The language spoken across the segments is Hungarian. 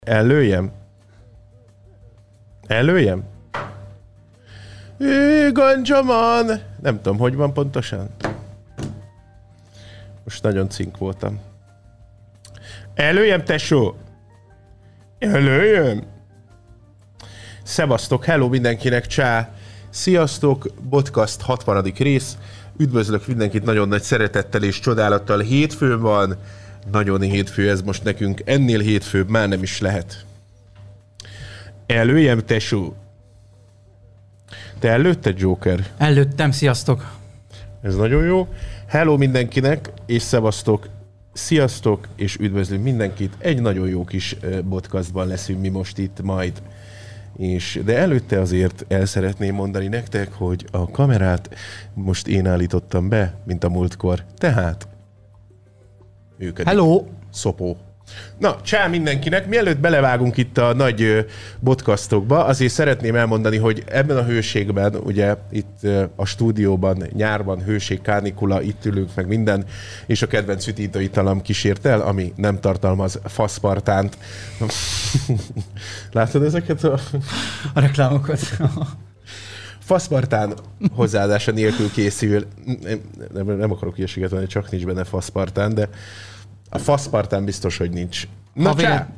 Előjem? Előjem? Gancsaman! Nem tudom, hogy van pontosan. Most nagyon cink voltam. Előjem, tesó! Előjem! Szevasztok, hello mindenkinek, csá! Sziasztok, podcast 60. rész. Üdvözlök mindenkit nagyon nagy szeretettel és csodálattal. Hétfőn van, nagyon hétfő ez most nekünk. Ennél hétfőbb már nem is lehet. Előjem, tesó! Te előtted, Joker? Előttem, sziasztok! Ez nagyon jó. Hello mindenkinek, és szevasztok, sziasztok, és üdvözlünk mindenkit. Egy nagyon jó kis podcastban leszünk mi most itt majd. De előtte azért el szeretném mondani nektek, hogy a kamerát most én állítottam be, mint a múltkor. Tehát működik. Hello! Szopó. Na, csá mindenkinek! Mielőtt belevágunk itt a nagy podcastokba, azért szeretném elmondani, hogy ebben a hőségben, ugye itt a stúdióban, nyárban hőség, kánikula, itt ülünk meg minden, és a kedvenc üdítőitalam kísért el, ami nem tartalmaz faszpartánt. Látod ezeket a reklámokat? Faszpartán hozzáadása nélkül készül. Nem akarok ilyeséget mondani, csak nincs benne faszpartán, de a faszpartán biztos, hogy nincs. Na,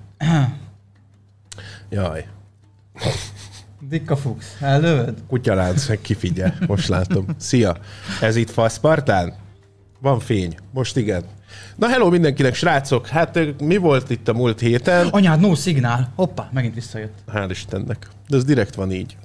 Jaj. Dikka Fuchs, előd? Kutyalánc, kifigyel, most látom. Szia, ez itt faszpartán? Van fény, most igen. Na hello mindenkinek, srácok, hát mi volt itt a múlt héten? Anyád, no szignál. Hoppá, megint visszajött. Hál' Istennek. De ez direkt van így.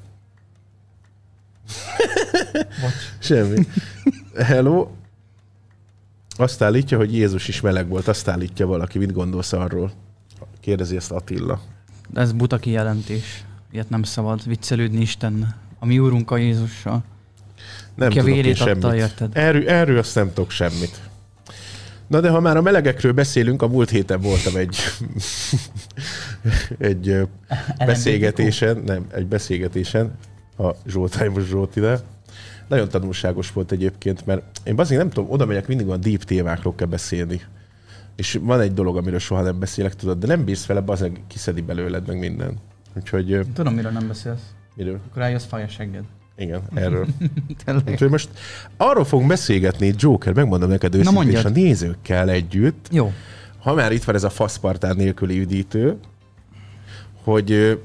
Semmi. Hello. Azt állítja, hogy Jézus is meleg volt. Azt állítja valaki. Mit gondolsz arról? Kérdezi ezt Attila. De ez buta kijelentés. Ilyet nem szabad viccelődni Istennel. A mi úrunk a Jézussal. Nem ki a tudok én vérét adta, semmit. érted? Erről azt nem tudok semmit. Na de ha már a melegekről beszélünk, a múlt héten voltam egy beszélgetésen a Zsoltáimos Zsoltivel. Nagyon tanulságos volt egyébként, mert én azért nem tudom, oda megyek, mindig van deep témákról kell beszélni. És van egy dolog, amiről soha nem beszélek, tudod, de nem bírsz vele, azért kiszedi belőled meg minden. Úgyhogy... Tudom, miről nem beszélsz. Miről? Akkor eljössz fáj a segged. Igen, erről. Úgyhogy most arról fogunk beszélgetni, Joker, megmondom neked őszintén, és a nézőkkel együtt, jó. Ha már itt van ez a faszpartán nélküli üdítő, hogy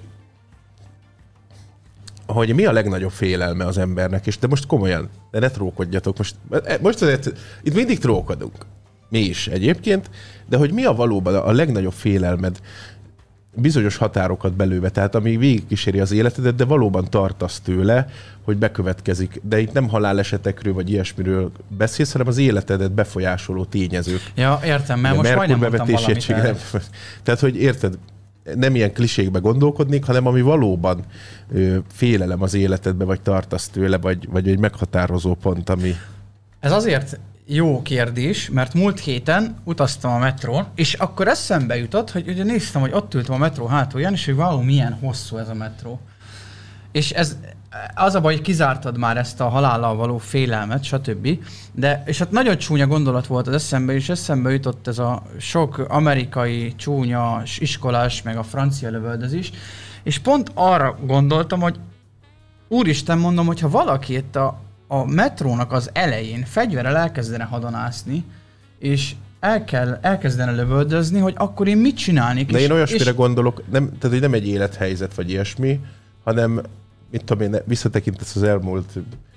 mi a legnagyobb félelme az embernek, és de most komolyan, de ne trókodjatok, most azért, itt mindig trókodunk, mi is egyébként, de hogy mi a valóban a legnagyobb félelmed bizonyos határokat belőve, tehát ami végigkíséri az életedet, de valóban tartasz tőle, hogy bekövetkezik. De itt nem halálesetekről vagy ilyesmiről beszélsz, hanem az életedet befolyásoló tényezők. Ja, értem, mert most majdnem mondtam valamit erre. Tehát, hogy érted, nem ilyen klisékbe gondolkodnék, hanem ami valóban félelem az életedbe, vagy tartasz tőle, vagy egy meghatározó pont, ami... Ez azért jó kérdés, mert múlt héten utaztam a metrón, és akkor eszembe jutott, hogy ugye néztem, hogy ott ültem a metró hátulján, és hogy milyen hosszú ez a metró. És ez az a baj, hogy kizártad már ezt a halállal való félelmet, stb. És hát nagyon csúnya gondolat volt az eszembe, és eszembe jutott ez a sok amerikai csúnya iskolás, meg a francia lövöldözés, és pont arra gondoltam, hogy úristen, mondom, hogyha valaki itt a metrónak az elején fegyverrel elkezdene hadonászni, és elkezdene lövöldözni, hogy akkor én mit csinálnék? De én olyasmire gondolok, tehát hogy nem egy élethelyzet vagy ilyesmi, hanem mit tudom én, visszatekintesz az elmúlt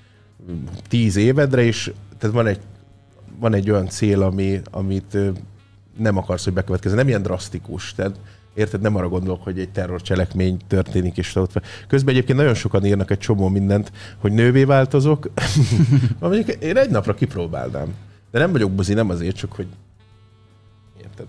10 évedre, és tehát van egy olyan cél, amit nem akarsz, hogy bekövetkezzen. Nem ilyen drasztikus. Tehát érted, nem arra gondolok, hogy egy terrorcselekmény történik, és ott. Közben egyébként nagyon sokan írnak egy csomó mindent, hogy nővé változok. Mondjuk én egy napra kipróbálnám. De nem vagyok buzi, nem azért, csak hogy érted.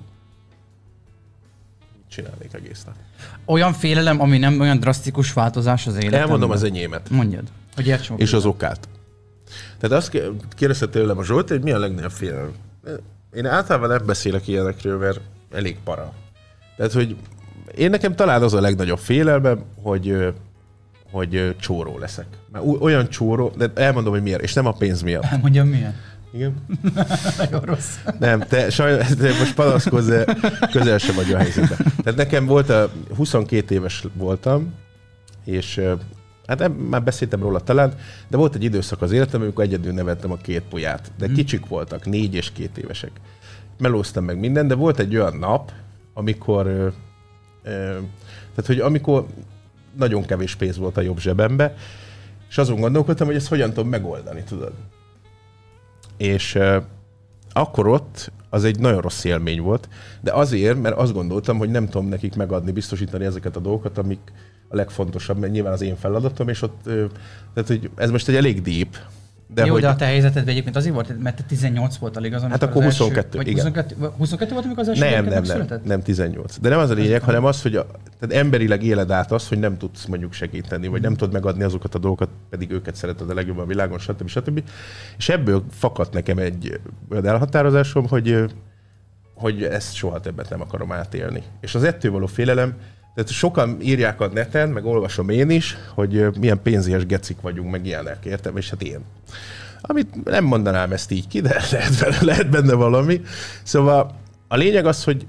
Csinálnék egész nap. Olyan félelem, ami nem olyan drasztikus változás az életemben. Elmondom az enyémet. Mondjad. Hogy értsem. És az okát. Tehát azt kérdezte tőlem a Zsolt, hogy mi a legnagyobb félelem. Én általában nem beszélek ilyenekről, mert elég para. Tehát, hogy én nekem talán az a legnagyobb félelmem, hogy csóró leszek. Már olyan csóró, de elmondom, hogy miért, és nem a pénz miatt. Elmondjam miért? Igen? Nagyon rossz. Nem, te most panaszkodsz, de közel sem vagy a helyzetben. Tehát nekem volt 22 éves voltam, és hát már beszéltem róla talán, de volt egy időszak az életem, amikor egyedül nevettem a 2 puját. De kicsik voltak, 4 és 2 évesek. Melóztam meg minden, de volt egy olyan nap, amikor amikor nagyon kevés pénz volt a jobb zsebembe, és azon gondolkodtam, hogy ezt hogyan tudom megoldani, tudod. És akkor ott az egy nagyon rossz élmény volt, de azért, mert azt gondoltam, hogy nem tudom nekik megadni, biztosítani ezeket a dolgokat, amik a legfontosabb, mert nyilván az én feladatom, és ott, tehát hogy ez most egy elég deep. De jó, de a te helyzetedben egyébként azért volt, mert te 18 voltál igazán. Hát akkor 22, első, igen. 22 volt, amikor az első nem 18. De nem az a lényeg, hanem az, hogy tehát emberileg éled át azt, hogy nem tudsz mondjuk segíteni, vagy nem tudod megadni azokat a dolgokat, pedig őket szereted a legjobban a világon, stb. És ebből fakadt nekem egy olyan elhatározásom, hogy ezt soha többet nem akarom átélni. És az ettől való félelem, tehát sokan írják a neten, meg olvasom én is, hogy milyen pénzéhes gecik vagyunk, meg ilyenek, értem? És hát én. Amit nem mondanám ezt így ki, de lehet benne valami. Szóval a lényeg az, hogy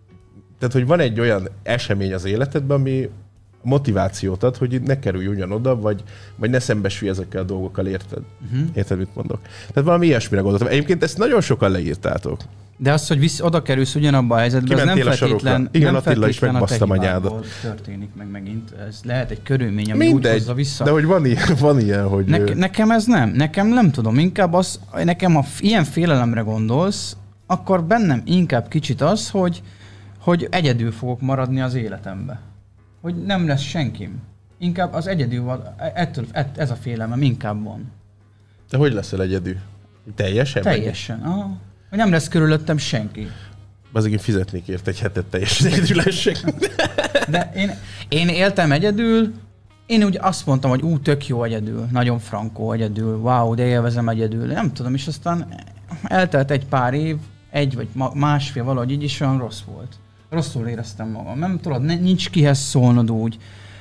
van egy olyan esemény az életedben, ami motivációt ad, hogy ne kerülj ugyanoda, vagy ne szembesülj ezekkel a dolgokkal, érted? Érted, mit mondok? Tehát valami ilyesmire gondoltam. Egyébként ezt nagyon sokan leírtátok. De az, hogy oda kerülsz ugyanabba a helyzetbe, az nem feltétlen, igen, Attila is megbasztam anyádat. Történik meg megint. Ez lehet egy körülmény, ami úgy hozza vissza. De hogy van ilyen, hogy... Nekem ez nem. Nekem nem tudom. Inkább az, nekem ha ilyen félelemre gondolsz, akkor bennem inkább kicsit az, hogy egyedül fogok maradni az életembe. Hogy nem lesz senkim. Inkább az egyedül van, ez a félelmem inkább van. De hogy leszel egyedül? Teljesen? Teljesen, aha. Hogy nem lesz körülöttem senki. Azért én fizetnék ért egy hetet teljesen egyedülesség. De én éltem egyedül, én úgy azt mondtam, hogy tök jó egyedül, nagyon frankó egyedül, wow, de élvezem egyedül. Nem tudom, és aztán eltelt egy pár év, egy vagy másfél valahogy így is olyan rossz volt. Rosszul éreztem magam. Nem tudod, nincs kihez szólnod úgy.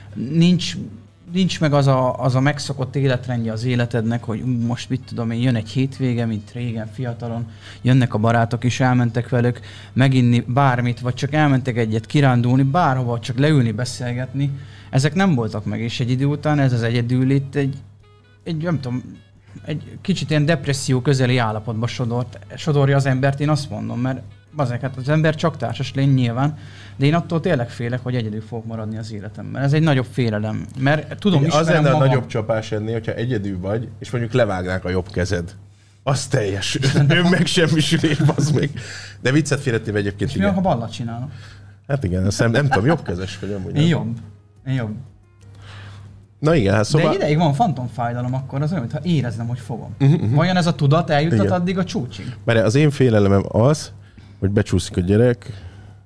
Nincs meg az a megszokott életrendje az életednek, hogy most mit tudom én, jön egy hétvége, mint régen fiatalon, jönnek a barátok és elmentek velük meginni bármit, vagy csak elmentek egyet kirándulni, bárhova, csak leülni, beszélgetni. Ezek nem voltak meg, és egy idő után ez az egyedüllét egy nem tudom, egy kicsit ilyen depresszió közeli állapotba sodorja az embert, én azt mondom, mert hát az ember csak társas lény nyilván, de én attól tényleg félek, hogy egyedül fogok maradni az életemben. Ez egy nagyobb félelem, mert tudom, ismerem magam. Az lenne a nagyobb csapás ennél, hogyha egyedül vagy, és mondjuk levágnák a jobb kezed. Az teljes. Ő meg semmisülés, bazd meg. De viccet félretéve egyébként. És igen. Mi, ha ballat csinálok? Hát igen, azt nem tudom, jobbkezes vagy amúgy. Én jobb. Na igen, hát szóval... De egy ideig van fantomfájdalom, akkor az olyan, mintha érezném, hogy fogom. Vajon ez a tudat eljuttat addig a csúcsig? Mert az én félelemem az, hogy becsúszik a gyerek.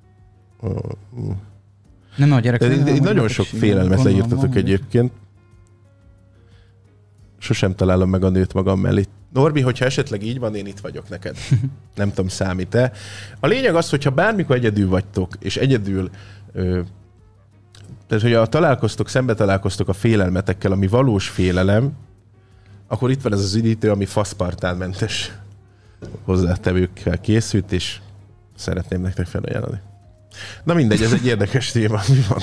Nem a gyerek. Nagyon sok félelmet leírtatok egyébként. Sosem találom meg a nőt magam mellé. Norbi, hogyha esetleg így van, én itt vagyok neked. Nem tudom, számít-e. A lényeg az, hogyha bármikor egyedül vagytok, és egyedül... tehát, hogyha szembe találkoztok a félelmetekkel, ami valós félelem, akkor itt van ez az üdítő, ami faszpartánmentes hozzátevőkkel készült, és szeretném nektek felajánlani. Na mindegy, ez egy érdekes téma. Mi van?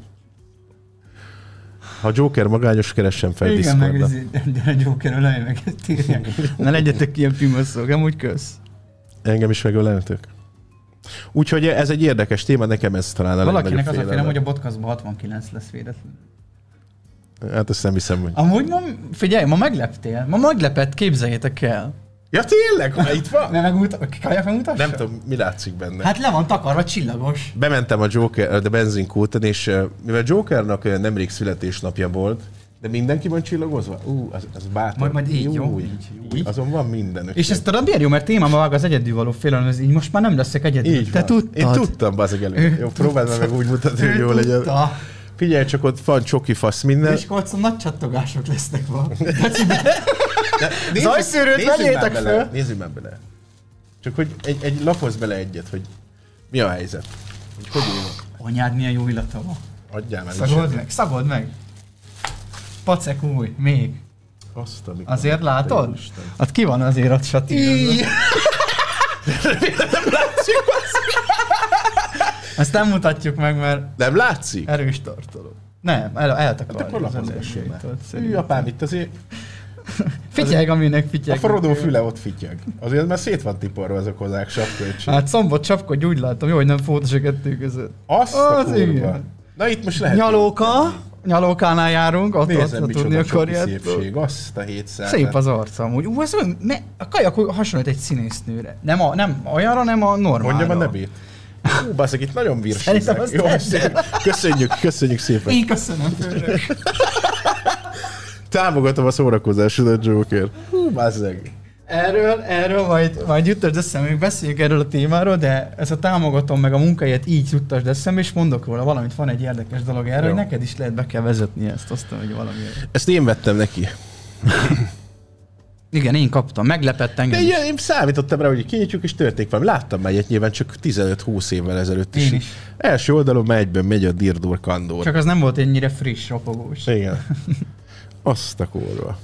Ha Joker magányos, keressen fel Discordon. Igen, meg Joker ölelj meg, ezt írják. Ne legyetek ilyen pimaszok, amúgy kösz. Engem is megöleltök. Úgyhogy ez egy érdekes téma, nekem ez talán a valakinek az a félelem, hogy a podcastban 69 lesz véletlen. Hát ezt nem hiszem, hogy... Amúgy figyelj, ma megleptél. Ma meglepett, képzeljétek el. Ja tényleg? Ha itt van? Kajak megmutassa? Nem tudom, mi látszik benne. Hát le van takarva, csillagos. Bementem a benzinkúton, és mivel Jokernak nemrég születésnapja volt, de mindenki van csillagozva? Az bátor. Majd így, jó? Így. Azon van minden. És ezt tudod, miért jó, mert témába vág az egyedül félelem, ez így most már nem leszek egyedül. Így te tudtad? Én tudtam, bazeg elő. Jó, próbáld meg úgy mutatni, hogy jó legyen. Figyelj, csak ott van csoki fasz minden. És Kolcon nagy csattogások lesznek van. Zajszűrőt vegyétek fel! Nézzük már bele. Csak hogy egy lapozz bele egyet, hogy mi a helyzet. Hogy anyád milyen jó illata van. Adjál már. Szagold meg. Pacek új, még. Azt, azért látod? Hát ki van azért ott satírozva? Nem látszik, Ezt nem mutatjuk meg, mert nem látszik? erős tartalom. Nem, eltakarja. Hát akkor lapozgassunk már. Apám itt azért... Fityeg, aminek fityeg. A Frodó füle ott fityeg. Azért már szét van tiporva ez a kozák sapköltség. Hát Szombot csapkodj, úgy látom, jó, hogy nem fontos a kettő között. Azt a kurva. Na itt most lehet... Nyalókánál járunk, ott nézem, tudni akarját. Szépség, azt a 700. Szép az arca amúgy. A kajak hasonlít egy színésznőre. Nem olyanra, nem a normálra. Mondjam a nevét. Baszak, itt nagyon virsízek. Jó, köszönjük szépen. Én köszönöm tőle. Támogatom a szórakozásodat, Joker. Bazzeg. Erről majd juttasd eszembe, még beszéljük erről a témáról, de ezt a támogatom meg a munkáját így juttasd eszembe, és mondok róla valamit, van egy érdekes dolog erről, hogy neked is lehet be kell vezetni ezt, aztán, hogy valami. Ezt én vettem neki. Igen, én kaptam, meglepett engem. De én számítottam rá, hogy kinyitjuk, és történik valami. Láttam már ilyet nyilván csak 15-20 évvel ezelőtt is. Én is. Első oldalon már egyben megy a Dirdur Kandor. Csak az nem volt ennyire friss, ropogós. Igen. Azt a kurva.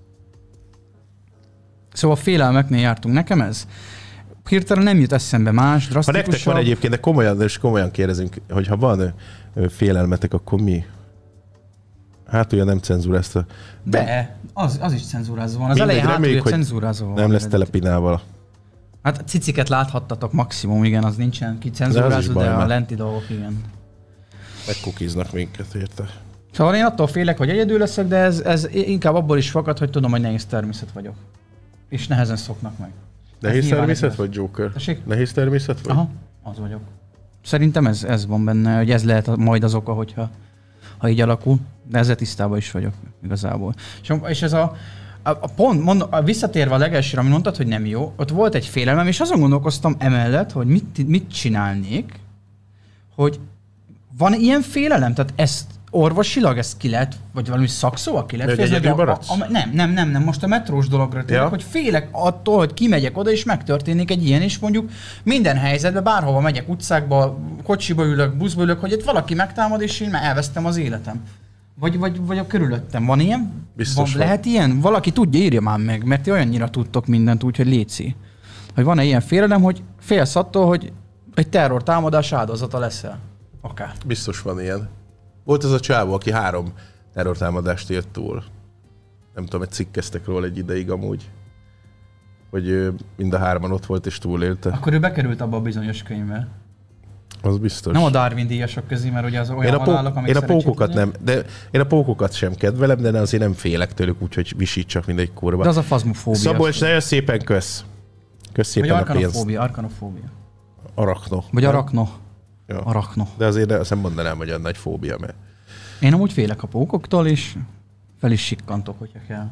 Szóval félelmeknél jártunk. Nekem ez hirtelen nem jut eszembe más, drasztikusabb. Ha nektek van egyébként, de komolyan kérdezünk, hogy ha van félelmetek, akkor mi? Hát ugye nem cenzúrázta. De, az is cenzúrázva van. Az elején hátulja cenzúrázva van. Nem lesz telepinával. Hát ciciket láthattatok maximum, igen, az nincsen kicenzúrázva, de a lenti dolgok, igen. Megkukiznak minket, érte. Szóval én attól félek, hogy egyedül leszek, de ez inkább abból is fakad, hogy tudom, hogy nehéz természet vagyok. És nehezen szoknak meg. Nehéz természet vagy, Joker? Tessék? Nehéz természet vagy? Aha, az vagyok. Szerintem ez van benne, hogy ez lehet majd az oka, ha így alakul, de ezzel tisztában is vagyok igazából. És ez a pont, visszatérve a legelsőre, amit mondtad, hogy nem jó, ott volt egy félelmem, és azon gondolkoztam emellett, hogy mit csinálnék, hogy van ilyen félelem, tehát ezt orvosilag ezt ki lehet, vagy valami szakszóval ki lehet fejezni? Nem, most a metrós dologra tényleg, hogy félek attól, hogy kimegyek oda, és megtörténik egy ilyen, és mondjuk minden helyzetben, bárhova megyek, utcákba, kocsiba ülök, buszba ülök, hogy itt valaki megtámad, és én már elvesztem az életem. Vagy a körülöttem. Van ilyen? Biztos van. Lehet ilyen? Valaki tudja, írja már meg, mert ti olyannyira tudtok mindent, úgyhogy léci. Hogy van-e ilyen félelem, hogy félsz attól, hogy egy terrortámadás áldozata leszel? Akár. Biztos van ilyen. Volt az a csávó, aki 3 terrortámadást ért túl. Nem tudom, egy cikkeztek róla egy ideig amúgy. Hogy mind a 3-an ott volt és túlélte. Akkor ő bekerült abba a bizonyos könyvbe. Az biztos. Nem a Darwin díjasok közé, mert ugye az olyan halálok, amik én a pókokat nem, de én a pókokat sem kedvelem, de azért nem félek tőlük, úgyhogy visítsak mindegy kurva. De az a fazmofóbia. Szabolcs, nagyon szépen kösz. Kösz szépen a pénzt. Arkanofóbia. Arachno. Vagy arakno. Ja. Arachno. De azért azt nem mondanám, hogy olyan nagy fóbia, mert... Én amúgy félek a pókoktól, és fel is sikkantok, hogyha kell.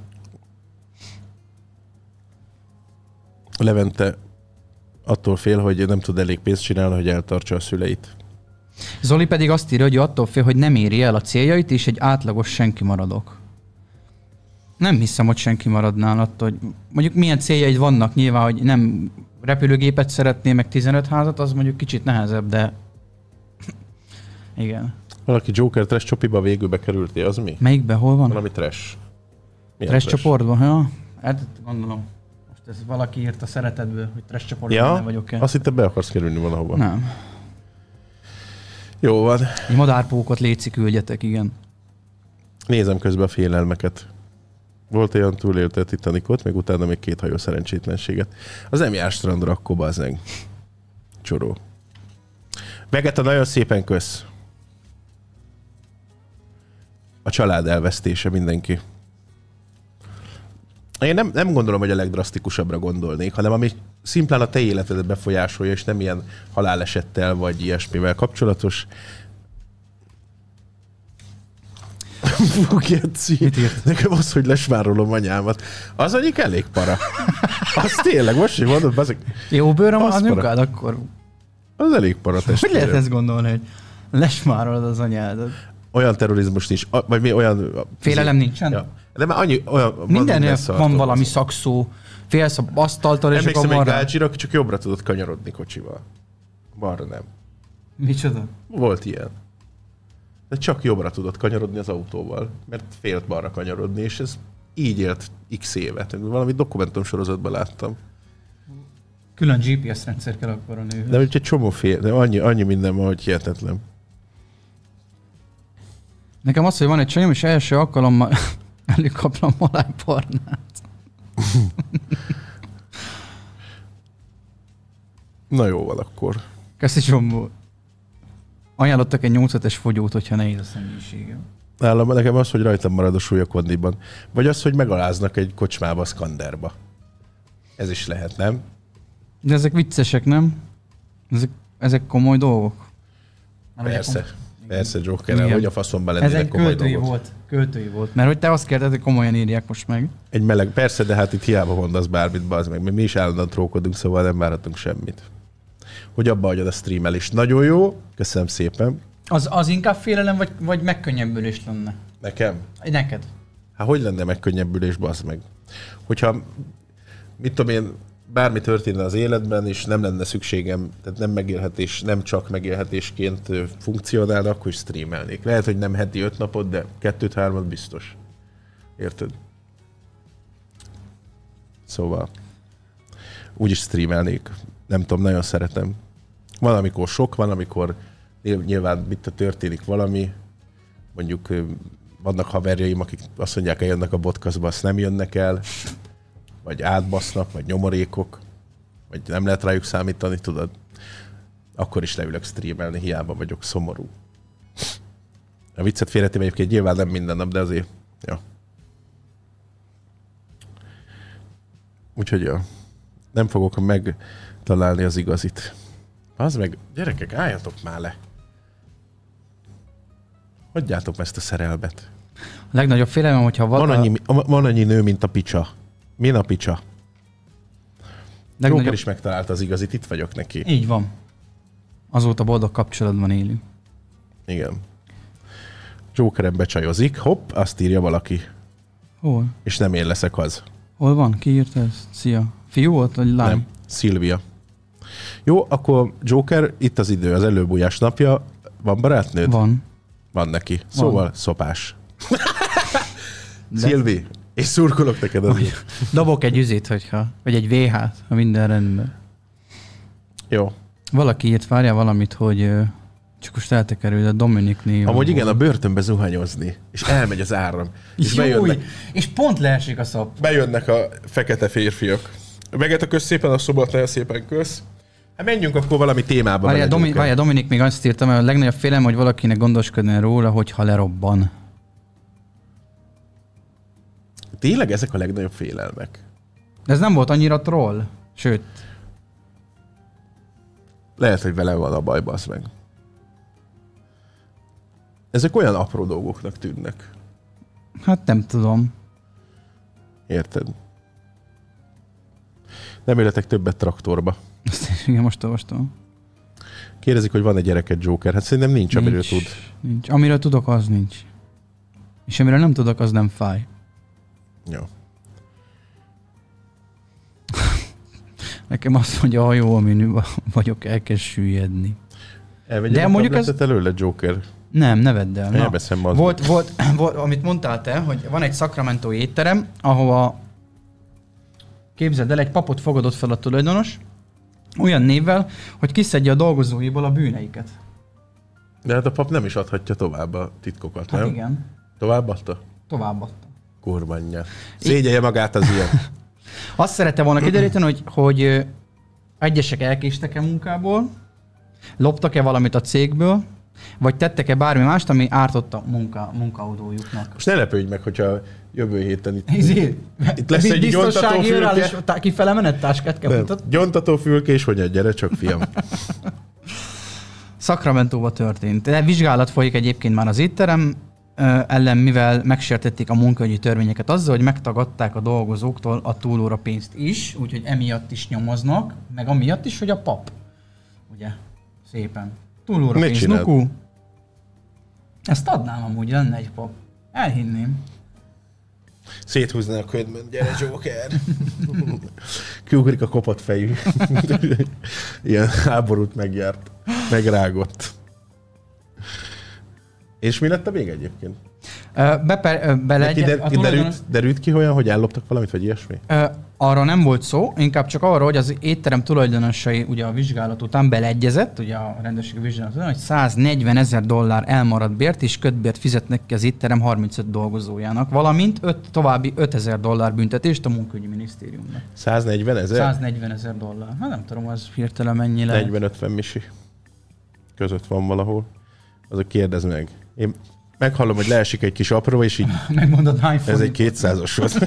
Levente attól fél, hogy nem tud elég pénzt csinálni, hogy eltartsa a szüleit. Zoli pedig azt írja, hogy attól fél, hogy nem éri el a céljait, és egy átlagos senki maradok. Nem hiszem, hogy senki maradnál attól, hogy mondjuk milyen céljaid vannak nyilván, hogy nem repülőgépet szeretné, meg 15 házat, az mondjuk kicsit nehezebb, de igen. Valaki Joker Trash csopiba végül bekerültél, az mi? Melyikbe, hol van? Valami Trash. Trash csoportban, ja? Hát gondolom. Most ez valaki írt a szeretetből, hogy Trash csoportban nem vagyok-e. Azt hittem be akarsz kerülni valahova. Nem. Jó van. Egy madárpókot létszik, küldjetek, igen. Nézem közben a félelmeket. Volt olyan túlélte a Titanicot, meg utána még 2 hajó szerencsétlenséget. Az nem jár strandra, akkor bazzeng. Csoró. Vegeta, nagyon szépen kösz. A család elvesztése mindenki. Én nem gondolom, hogy a legdrasztikusabbra gondolnék, hanem ami szimplán a te életedet befolyásolja, és nem ilyen halálesettel vagy ilyesmivel kapcsolatos. Fugetszi. Nekem az, hogy lesvárolom anyámat. Az anyik elég para. Az tényleg, most, hogy mondod, azok... Jó bőröm az anyukád, akkor... Az elég para testvérem. Hogy lehet ezt gondolni, hogy lesvárolod az anyádat? Olyan terrorizmus nincs, vagy mi olyan... Félelem nincsen? Ja. De már annyi, olyan... Mindennél van valami szakszó. Félsz a asztaltól, és akkor marra... Emlékszem, csak jobbra tudod kanyarodni kocsival. Balra nem. Micsoda? Volt ilyen. De csak jobbra tudod kanyarodni az autóval, mert félt balra kanyarodni, és ez így élt x évet. Valami dokumentumsorozatban láttam. Külön GPS rendszer kell akkor a nőhöz. De egy csomó de annyi minden van, hogy hihetetlen. Nekem az, hogy van egy csajom, és első alkalommal előkaptam malájbarnát. Na jó van akkor. Köszi Zsombó. Ajánlottak egy 8-es fogyót, hogyha nehéz a személyiségem. Nálam nekem az, hogy rajtam marad a súly a kondiban. Vagy az, hogy megaláznak egy kocsmába, szkanderba. Ez is lehet, nem? De ezek viccesek, nem? Ezek komoly dolgok? Persze. Persze, Jokerrel, hogy a faszomban lennének komoly dolgok. Költői volt. Mert hogy te azt kérdezed, hogy komolyan írják most meg. Egy meleg, persze, de hát itt hiába mondasz bármit, bazd meg. Mi is állandóan trókodunk, szóval nem várhatunk semmit. Hogy abba hagyod a streamelést. Nagyon jó, köszönöm szépen. Az inkább félelem, vagy megkönnyebbülés lenne? Nekem? Neked. Hát hogy lenne megkönnyebbülés, bazd meg? Hogyha, mit tudom én, bármi történne az életben, és nem lenne szükségem, tehát nem megélhetés, nem csak megélhetésként funkcionálna, akkor is streamelnék. Lehet, hogy nem heti 5 napot, de 2-3 biztos. Érted? Szóval úgyis streamelnék. Nem tudom, nagyon szeretem. Van, amikor sok, van, amikor nyilván mit történik valami. Mondjuk vannak haverjaim, akik azt mondják, eljönnek a podcastba, azt nem jönnek el. Vagy átbasznak, vagy nyomorékok, vagy nem lehet rájuk számítani, tudod? Akkor is leülök streamelni, hiába vagyok szomorú. A viccet félretéve egyébként nyilván nem minden nap, de azért, ja. Úgyhogy ja, nem fogok megtalálni az igazit. Az meg, gyerekek, álljatok már le. Hagyjátok ezt a szerelmet. A legnagyobb félelem, hogyha van annyi nő, mint a picsa. Min a picsa? Joker is megtalálta az igazit, itt vagyok neki. Így van. Azóta boldog kapcsolatban élünk. Igen. Jokeren becsajozik, hopp, azt írja valaki. Hol? És nem én leszek az. Hol van? Ki írta ezt? Szia. Fiú volt, vagy lány? Nem, Szilvia. Jó, akkor Joker, itt az idő, az előbújás napja. Van barátnőd? Van. Van neki. Szóval szopás. Szilvi, és szurkolok neked azért. Dobok egy üzét, vagy egy VH-t, ha minden rendben. Jó. Valaki írt, várjál valamit, hogy csak most eltekerül, a Dominik név. Amúgy igen, a börtönbe zuhanyozni, és elmegy az áram. És bejönnek, és pont leesik a szap. Bejönnek a fekete férfiak. Meget kösz szépen, a szobat nagyon szépen kösz. Hát menjünk akkor valami témába. Várjál, Dominik még azt írta, mert a legnagyobb félelem, hogy valakinek gondoskodni róla, hogyha lerobban. Tényleg ezek a legnagyobb félelmek? De ez nem volt annyira troll. Sőt. Lehet, hogy vele van a baj, basz meg. Ezek olyan apró dolgoknak tűnnek. Hát nem tudom. Érted? Nem életek többet traktorba. Igen, most olvastam. Kérdezik, hogy van-e gyereket Joker. Hát szerintem nincs, amiről tud. Nincs. Amiről tudok, az nincs. És amiről nem tudok, az nem fáj. Jó. Nekem azt mondja, a hajó, amin vagyok, elkezd süllyedni. De a mondjuk ez... előle, Joker. Nem, ne vedd el. Elbeszem az. Volt, amit mondtál te, hogy van egy Sacramento étterem, ahova képzeld el, egy papot fogadott fel a tulajdonos, olyan névvel, hogy kiszedje a dolgozóiból a bűneiket. De hát a pap nem is adhatja tovább a titkokat, hát nem? Igen. Továbbadta? Továbbadta. Kurvanya. Szégyelje magát az ilyen. Azt szerette volna kideríteni, hogy egyesek elkéstek-e munkából, loptak-e valamit a cégből, vagy tettek-e bármi mást, ami ártott a munkaadójuknak. Most ne lepődj meg, hogyha jövő héten itt lesz egy gyontatófülke. És kifele menettáskát kell mutatni. Gyontatófülke, és hogy gyere csak, fiam. Sacramentóba történt. De vizsgálat folyik egyébként már az étterem ellen, mivel megsértették a munkaügyi törvényeket azzal, hogy megtagadták a dolgozóktól a túlóra pénzt is, úgyhogy emiatt is nyomoznak, meg amiatt is, hogy a pap. Ugye? Szépen. Túlóra pénz, Nuku. Ezt adnám amúgy, lenne egy pap. Elhinném. Széthúzná a ködben, gyere Joker! Kiugrik a kopott fejű. Ilyen háborút megjárt. Megrágott. És mi lett a vége egyébként? Derült ki olyan, hogy elloptak valamit, vagy ilyesmi? Arra nem volt szó, inkább csak arra, hogy az étterem tulajdonosai ugye a vizsgálat után beleegyezett, ugye a rendőrség vizsgálat után, hogy $140,000 elmaradt bért és kötbért fizetnek ki az étterem 35 dolgozójának, valamint további $5,000 büntetést a munkaügyi minisztériumnak. 140,000? $140,000. Hát nem tudom, az hirtelen mennyi lehet. 40-50 misi között van valahol. Azok kérdezd meg. Én meghallom, hogy leesik egy kis apró, és így... Megmondod, hány ez egy 200-as volt.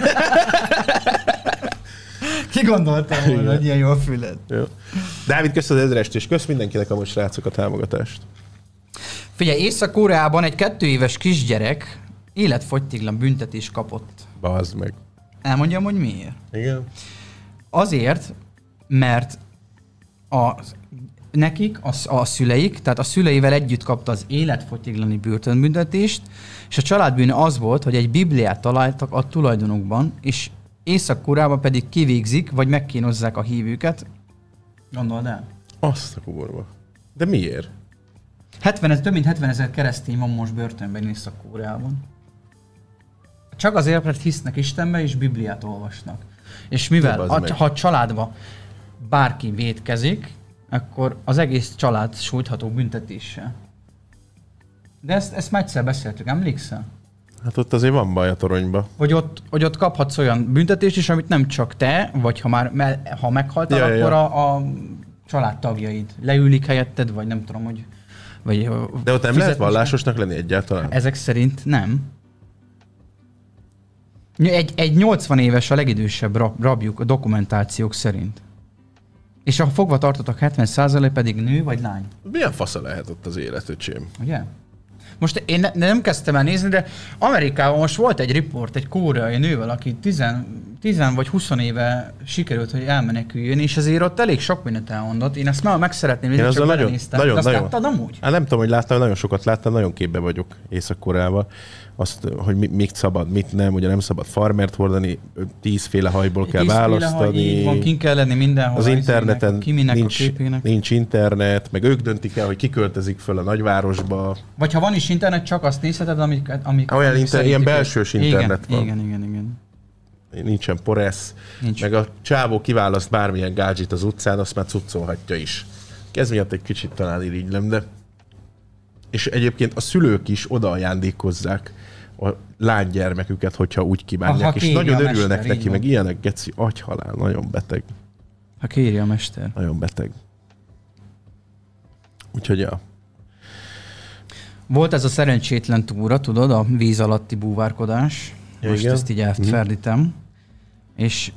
Ki gondoltam volna, hogy ilyen jól füled? Jó. Dávid, kösz az 1000-est, és kösz mindenkinek amúgy, srácok, a támogatást. Figyelj, Észak-Koreában egy 2 éves kisgyerek életfogytiglan büntetés kapott. Bazd meg. Elmondjam, hogy miért? Igen. Azért, mert nekik, a szüleik, tehát a szüleivel együtt kapta az életfogytiglani börtönbüntetést, és a családbűne az volt, hogy egy Bibliát találtak a tulajdonukban, és Észak-Koreában pedig kivégzik, vagy megkínozzák a hívőket. Gondold el? Azt a kuborba. De miért? Több mint 70,000 keresztény van most börtönben Észak-Koreában. Csak azért, mert hisznek Istenbe és Bibliát olvasnak. És mivel, ha a családba bárki vétkezik, akkor az egész család sújtható büntetéssel. De ezt már egyszer beszéltük, emlékszel? Hát ott azért van baj a toronyba. Hogy ott kaphatsz olyan büntetést is, amit nem csak te, vagy ha meghaltál, akkor a családtagjaid leülik helyetted, vagy nem tudom, hogy... Vagy de ott nem lehet vallásosnak lenni egyáltalán? Ezek szerint nem. Egy 80 éves a legidősebb rabjuk a dokumentációk szerint. És a fogva tartottak 70% pedig nő vagy lány. Milyen fasza lehet ott az élet, öcsém? Ugye? Most én nem kezdtem el nézni, de Amerikában most volt egy riport egy koreai nővel, aki 10 vagy 20 éve sikerült, hogy elmeneküljön, és azért ott elég sok mindent elmondott. Én ezt már meg szeretném nézni, csak belenéztem. Azt láttad amúgy? Hát nem tudom, hogy láttam, nagyon sokat láttam, nagyon képbe vagyok Észak-Koreával. Azt, hogy mit szabad, mit nem, ugye nem szabad farmert hordani, 10 féle hajból kell választani. Van, kin kell lenni mindenhol. Az interneten nincs internet, meg ők döntik el, hogy ki költözik föl a nagyvárosba. Vagy ha van is internet, csak azt nézheted, amik ilyen belsős internet van. Igen. Nincsen poresz, meg a csávó kiválaszt bármilyen gadget az utcán, azt már cuccolhatja is. Ez miatt egy kicsit talán irigylem, de... És egyébként a szülők is odaajándékozzák a lánygyermeküket, hogyha úgy kívánják, és nagyon örülnek neki, meg ilyenek, geci, agyhalál, nagyon beteg. Ha kéri a mester. Nagyon beteg. Úgyhogy ja. Volt ez a szerencsétlen túra, tudod, a víz alatti búvárkodás. Most ezt így elferdítem. És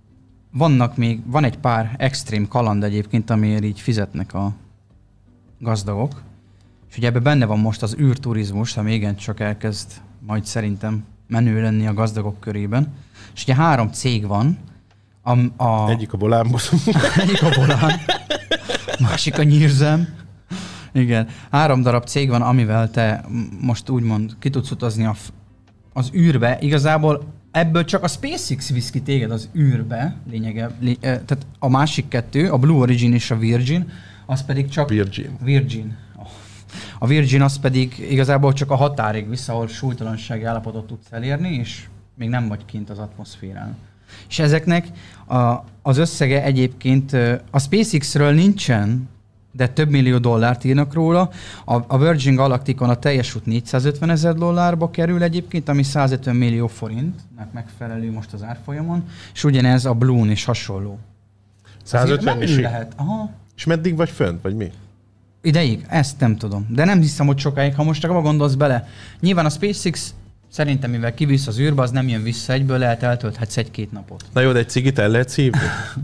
van egy pár extrém kaland egyébként, amiért így fizetnek a gazdagok. És ugye ebben benne van most az űrturizmus, ami igencsak elkezd majd szerintem menő lenni a gazdagok körében. És ugye 3 cég van. Egyik a Volánbusz. Egyik a Volán. Másik a Nyírzem. Igen. 3 darab cég van, amivel te most úgymond ki tudsz utazni az űrbe. Igazából ebből csak a SpaceX visz ki téged az űrbe, tehát a másik 2, a Blue Origin és a Virgin, az pedig csak... Virgin. A Virgin az pedig igazából csak a határig vissza, ahol súlytalansági állapotot tudsz elérni, és még nem vagy kint az atmoszférán. És ezeknek az összege egyébként a SpaceX-ről nincsen, de több millió dollárt írnak róla. A Virgin Galacticon a teljes út $450,000 kerül egyébként, ami 150 millió forintnak megfelelő most az árfolyamon, és ugyanez a Blue-n is hasonló. 150 is lehet. Aha. És meddig vagy fönt, vagy mi? Ideig? Ezt nem tudom. De nem hiszem, hogy sokáig, ha most csak abba gondolsz bele. Nyilván a SpaceX szerintem, mivel kivisz az űrbe, az nem jön vissza egyből, lehet eltölthetsz 1-2 napot. Na jó, de egy cigit el lehet szívni?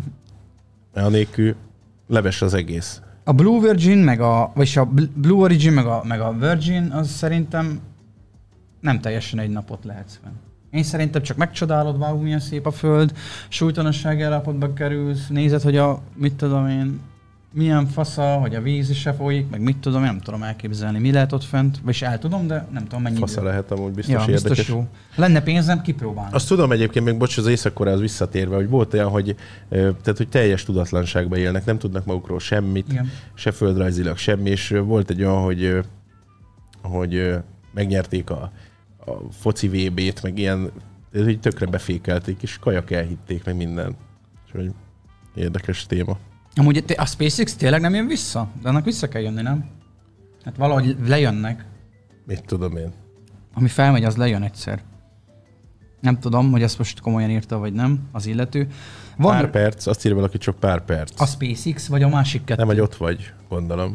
Anélkül leves az egész. A Blue Virgin, vagyis a Blue Origin, meg a Virgin, az szerintem nem teljesen 1 napot lehetsz fenn. Én szerintem csak megcsodálod, vágó, milyen szép a föld, súlytalansági állapotba kerülsz, nézed, hogy mit tudom én, milyen fasza, hogy a víz is se folyik, meg mit tudom, én nem tudom elképzelni, mi lehet ott fent, vagyis el tudom, de nem tudom mennyi fasza idő. Lehet amúgy biztos érdekes. Biztos jó. Lenne pénzem, kipróbálni. Azt tudom egyébként, még bocs, az Észak-Koreához visszatérve, hogy volt olyan, hogy teljes tudatlanságban élnek, nem tudnak magukról semmit, igen. Se földrajzilag semmi, és volt egy olyan, hogy megnyerték a foci VB-t, meg ilyen, ez így tökre befékelték, és kajak elhitték, meg minden. Úgyhogy érdekes téma. Amúgy a SpaceX tényleg nem jön vissza? De annak vissza kell jönni, nem? Hát valahogy lejönnek. Mit tudom én? Ami felmegy, az lejön egyszer. Nem tudom, hogy ezt most komolyan írta, vagy nem az illető. Van Pár perc, azt írja valaki, csak pár perc. a SpaceX, vagy a másik kettő? Nem, hogy ott vagy, gondolom.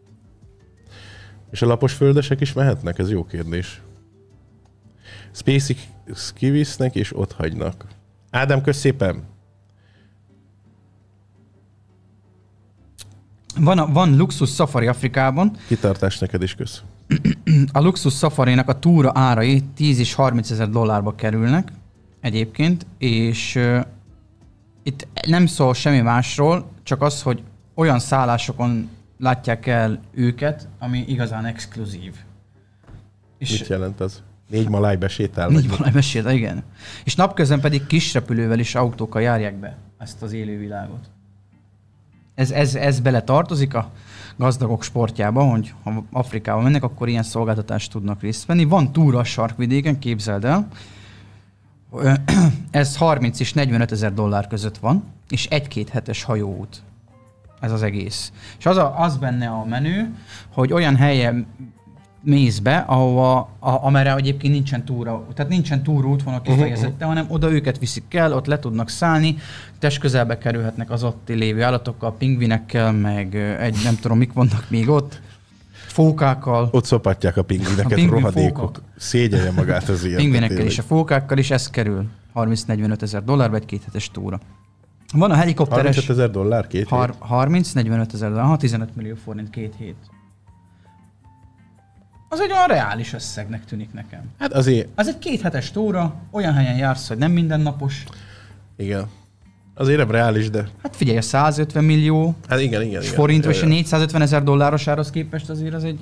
És a lapos földesek is mehetnek? Ez jó kérdés. SpaceX kivisznek és ott hagynak. Ádám, kösz szépen! Van luxus safari Afrikában. Kitartás neked is kösz. A luxus safarinak a túra árai 10 és 30 ezer dollárba kerülnek egyébként, és itt nem szól semmi másról, csak az, hogy olyan szállásokon látják el őket, ami igazán exkluzív. És mit jelent az? 4 maláj besétál? 4 maláj besétál, igen. És napközben pedig kis repülővel és autókkal járják be ezt az élővilágot. Ez bele tartozik a gazdagok sportjába, hogy ha Afrikába mennek, akkor ilyen szolgáltatást tudnak részt venni. Van túra a sarkvidéken, képzeld el. Ez 30 és 45 ezer dollár között van, és 1-2 hetes hajóút. Ez az egész. És az benne a menü, hogy olyan helyen mész be, ahova, amerre egyébként nincsen túra, tehát nincsen túraútvonal kifejezetten, hanem oda őket viszik el, ott le tudnak szállni, testközelbe kerülhetnek az ott lévő állatokkal, pingvinekkel, meg nem tudom, mik vannak még ott, fókákkal. Ott szopatják a pingvineket, rohadékok. Szégyelje magát az ilyen. Pingvinekkel és a fókákkal, és ez kerül 30-45 ezer dollárba egy 2 hetes túra. Van a helikopteres... 35 ezer dollár 2 hét? 30-45 ezer dollár, 15 millió forint 2 hét. Az egy olyan reális összegnek tűnik nekem. Hát azért... Az egy 2 hetes túra, olyan helyen jársz, hogy nem mindennapos. Igen. Azért nem reális, de... Hát figyelj, a 150 millió hát igen. forint, vagy a 450 ezer dolláros áraz képest azért az egy...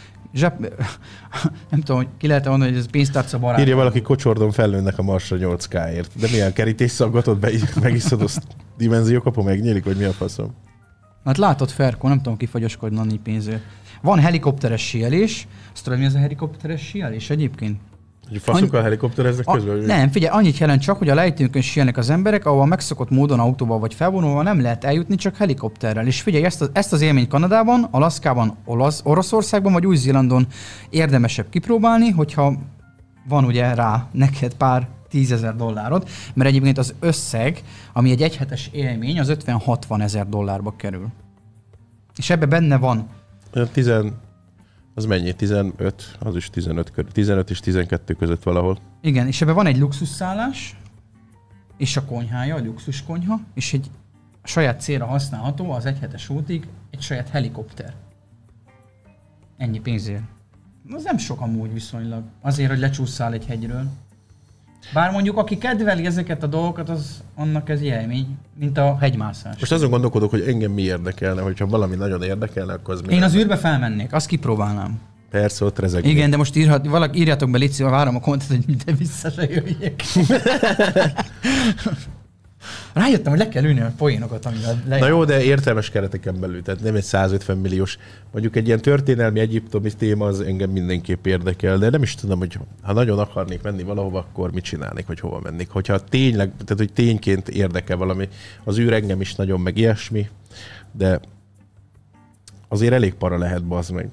nem tudom, hogy ki lehet mondani, hogy ez pénztárca barát. Írja valaki, kocsordon fellőnnek a Marsra 8K-ért. De milyen kerítésszaggatot megiszod, azt dimenziókapu megnyílik, vagy mi a faszom? Hát látod, Ferko, nem tudom kifagyoskodni annyi pénzért. Van helikopteres síelés. Azt tudod, mi az a helikopteres síelés egyébként? Hogy faszokkal helikoptereznek közben? Nem, figyelj, annyit jelent csak, hogy a lejtőnkön síelnek az emberek, ahol megszokott módon autóval vagy felvonóval nem lehet eljutni, csak helikopterrel. És figyelj, ezt az élményt Kanadában, Alaszkában, Oroszországban vagy Új-Zélandon érdemesebb kipróbálni, hogyha van ugye rá neked pár 10 000 dollárod, mert egyébként az összeg, ami egy egyhetes élmény, az 50-60 ezer dollárba kerül. És ebbe benne van. Az mennyi? 15? Az is 15 körül. 15 és 12 között valahol. Igen, és ebben van egy luxusszállás, és a konyhája, a luxus konyha, és egy saját célra használható az egyhetes útig egy saját helikopter. Ennyi pénzért. Az nem sok amúgy viszonylag. Azért, hogy lecsúszszál egy hegyről. Bár mondjuk, aki kedveli ezeket a dolgokat, az annak ez élmény, mint a hegymászás. Most azon gondolkodok, hogy engem mi érdekelne, hogyha valami nagyon érdekelne, akkor az mi? Én az űrbe felmennék, azt kipróbálnám. Persze, ott rezegnék. Igen, de most írjátok be, légy szíves, várom a kommentet, hogy de vissza se jöjjek. Rájöttem, hogy le kell ülni a poénokat, amivel Na jó, de értelmes kereteken belül, tehát nem egy 150 milliós. Mondjuk egy ilyen történelmi egyiptomi téma az engem mindenképp érdekel, de nem is tudom, hogy ha nagyon akarnék menni valahova, akkor mit csinálnék, hogy hova mennék. Hogyha tényleg, tehát hogy tényként érdekel valami, az űr engem is nagyon meg ilyesmi, de azért elég para lehet, bazd meg.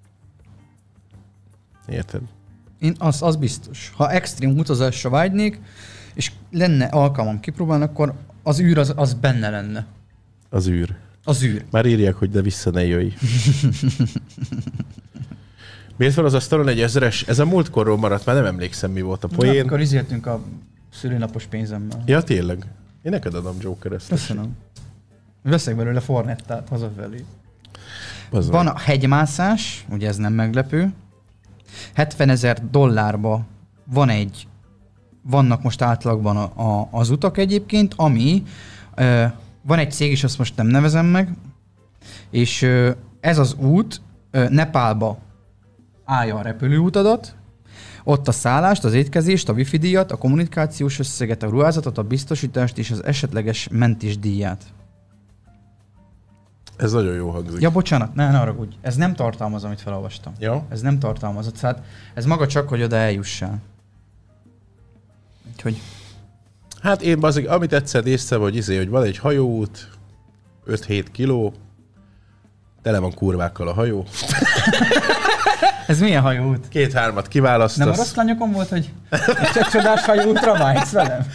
Érted? Én az biztos. Ha extrém utazásra vágynék, és lenne alkalmam kipróbálni, akkor az űr az benne lenne. Az űr. Az űr. Már írják, hogy de vissza ne jöjj. Miért van az asztalon egy 1000-es? Ez a múltkorról maradt, már nem emlékszem, mi volt a poén. Akkor izéltünk a szülőnapos pénzemmel. Ja, tényleg. Én neked adom Joker ezt. Köszönöm. Veszek belőle Fornettát hazafelé. Az van a hegymászás, ugye ez nem meglepő. 70 000 dollárba vannak most átlagban az utak egyébként, ami van egy cég is, azt most nem nevezem meg, és ez az út Nepálba állja a repülőutadat, ott a szállást, az étkezést, a wifi díjat, a kommunikációs összeget, a ruházatot, a biztosítást és az esetleges mentés díját. Ez nagyon jó hangzik. Ja, bocsánat, ne haragudj. Ez nem tartalmaz, amit felolvastam. Ja? Ez nem tartalmazott, hát ez maga csak, hogy oda eljussál. Úgyhogy... Hát én bazzik, amit egyszer néztem, hogy van egy hajóút, 5-7 kiló, tele van kurvákkal a hajó. Ez milyen hajóút? 2-3 kiválasztasz. Nem a Roszlanyokon volt, hogy egy csodás hajóútra vágysz velem?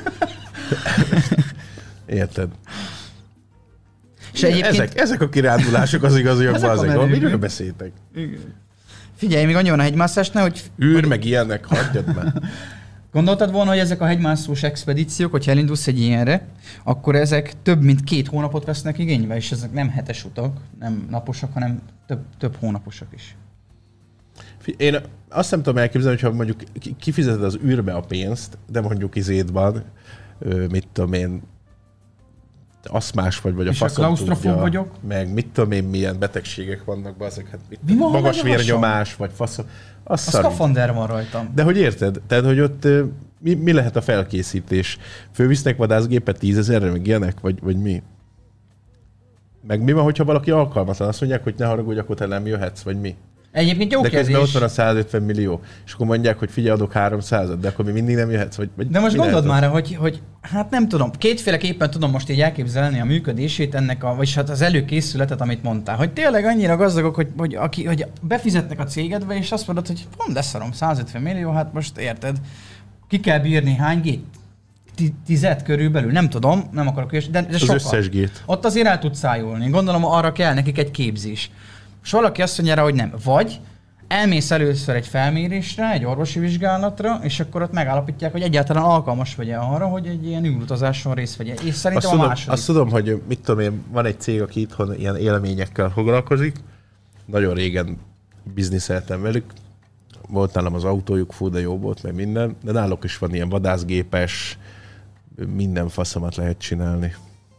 Érted. És egyébként... ezek a kirándulások az igaziak, Ezek a bazzeg. menők. Miről beszéltek? Figyelj, még annyi van a hegymászásnál, hogy... Űr meg ilyenek, hagyjad már. Gondoltad volna, hogy ezek a hegymászós expedíciók, hogyha elindulsz egy ilyenre, akkor ezek több mint 2 hónapot vesznek igénybe, és ezek nem hetes utak, nem naposak, hanem több hónaposak is. Én azt nem tudom elképzelni, hogyha mondjuk kifizeted az űrbe a pénzt, de mondjuk izédban, mit tudom én, aszmás vagy a faszom tudja, vagyok? meg mit tudom én, milyen betegségek vannak be, ezek, hát Mi van, magas vérnyomás, vagy faszom. A szkafander van rajtam. De hogy érted? Tehát, hogy ott mi lehet a felkészítés? Fölvisznek vadászgépet 10 000-re, meg ilyenek, vagy mi? Meg mi van, hogyha valaki alkalmatlan? Azt mondják, hogy ne haragudj, akkor te nem jöhetsz, vagy mi? Egyébként jó de kérdés. közben ott van a 150 millió, és akkor mondják, hogy figyelj, adok 300-at, de akkor mi mindig nem jöhetsz, vagy de most gondold már, hogy hát nem tudom, kétféleképpen tudom most így elképzelni a működését ennek, vagyis hát az előkészületet, amit mondtál, hogy tényleg annyira gazdagok, hogy befizetnek a cégedbe, és azt mondod, hogy pont leszarom, 150 millió, hát most érted, ki kell bírni hány gét? 10 körülbelül, nem tudom, nem akarok, de az sokat. Összes gét. Ott azért el tudsz szájulni. Gondolom arra kell nekik egy képzés. És valaki azt mondja rá, hogy nem. Vagy elmész először egy felmérésre, egy orvosi vizsgálatra, és akkor ott megállapítják, hogy egyáltalán alkalmas vagy arra, hogy egy ilyen űrutazáson részt vegye. És szerintem azt tudom, hogy mit tudom én, van egy cég, aki itthon ilyen élményekkel foglalkozik. Nagyon régen bizniszeltem velük. Volt nálam az autójuk, fú, de jó volt, meg minden. De náluk is van ilyen vadászgépes, minden faszomat lehet csinálni.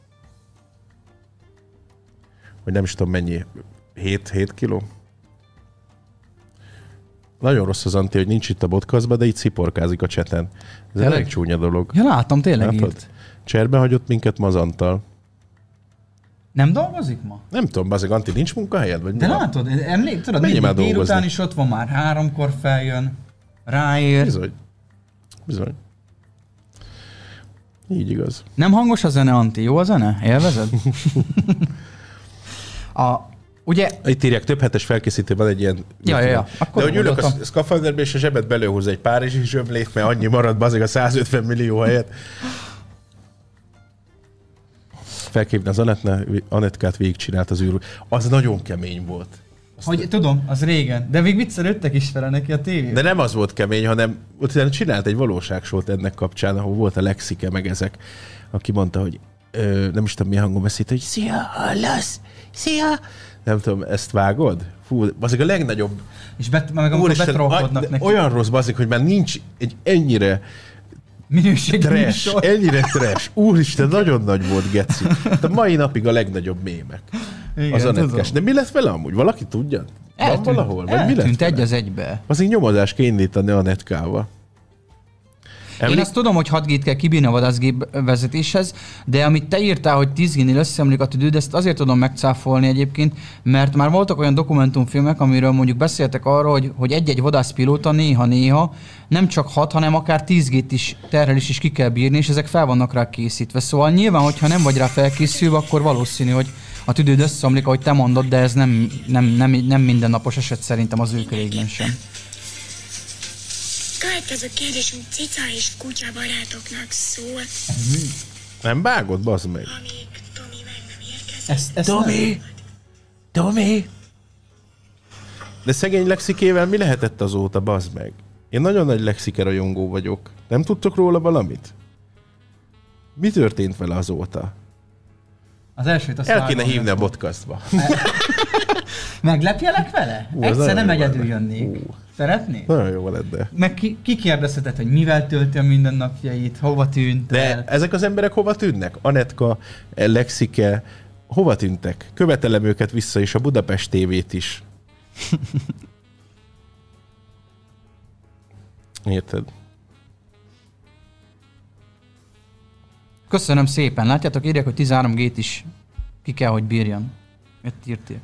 Hogy nem is tudom mennyi, 7 kiló? Nagyon rossz az Antti, hogy nincs itt a podcastban, de itt sziporkázik a cseten. Ez elég csúnya dolog. Ja, látom, tényleg írt. Cserbe hagyott minket Mazantal. Nem dolgozik ma? Nem tudom, bazeg, Antti, nincs munkahelyed? Vagy de látod, tudod, mindig délután is ott van már, 3-kor feljön, ráér. Bizony. Így igaz. Nem hangos a zene, Antti? Jó a zene? Élvezed? Ugye... Itt írják, több hetes felkészítő van egy ilyen... Ja. De hogy ülök a szkafanderbe, és a zsebet belőhúz egy párizsi zsömlét, mert annyi marad bazeg a 150 millió helyet. Felképni az Anetkát végigcsinált az űr. Az nagyon kemény volt. Hogy tudom, az régen. De még viccelődtek is vele neki a tévében. De nem az volt kemény, hanem utána csinált egy valóságsót ennek kapcsán, ahol volt a Lexike, meg ezek, aki mondta, hogy nem is tudom, milyen hangon beszélt, hogy szia, hallasz, szia. Nem tudom, ezt vágod? Fú, bazzik a legnagyobb... És meg amikor betrolkodnak neki. Olyan rossz, bazzik, hogy már nincs egy ennyire ennyire trash. Úristen, nagyon nagy volt, geci. A mai napig a legnagyobb mémek. Igen, az Anetkás. De mi lett vele amúgy? Valaki tudja? Van valahol? Vagy mi lett egy az egybe. Azért nyomozást kell indítani Anetkával. Én azt tudom, hogy 6 G-t kell kibírni a vadászgép vezetéshez, de amit te írtál, hogy 10 G-nél összeomlik a tüdő, de ezt azért tudom megcáfolni egyébként, mert már voltak olyan dokumentumfilmek, amiről mondjuk beszéltek arról, hogy egy-egy vadászpilóta néha-néha nem csak 6, hanem akár 10 G-t is terhelés is ki kell bírni, és ezek fel vannak rá készítve. Szóval nyilván, hogyha nem vagy rá felkészülve, akkor valószínű, hogy a tüdőd összeomlik, ahogy te mondod, de ez nem mindennapos eset szerintem az ő körében sem. Következő kérdésünk cica és kutya barátoknak szól. Nem vágod, bazd meg. Amíg Tomi meg nem érkezik. Tomi! De szegény Lexikével mi lehetett azóta, bazd meg? Én nagyon nagy Lexike rajongó vagyok. Nem tudtok róla valamit? Mi történt vele azóta? Az elsőt azt el kéne hívni a podcastba. Meglepjelek vele? Egyszer nem egyedül jönnék. Szeretnéd? Nagyon jó lett, de... Meg ki kérdezheted, hogy mivel tölti a mindennapjait, hova tűnt el? De ezek az emberek hova tűnnek? Anetka, Lexike, hova tűntek? Követelem őket vissza, és a Budapest TV-t is. Érted? Köszönöm szépen. Látjátok, írják, hogy 13 G-t is ki kell, hogy bírjon. Itt írték.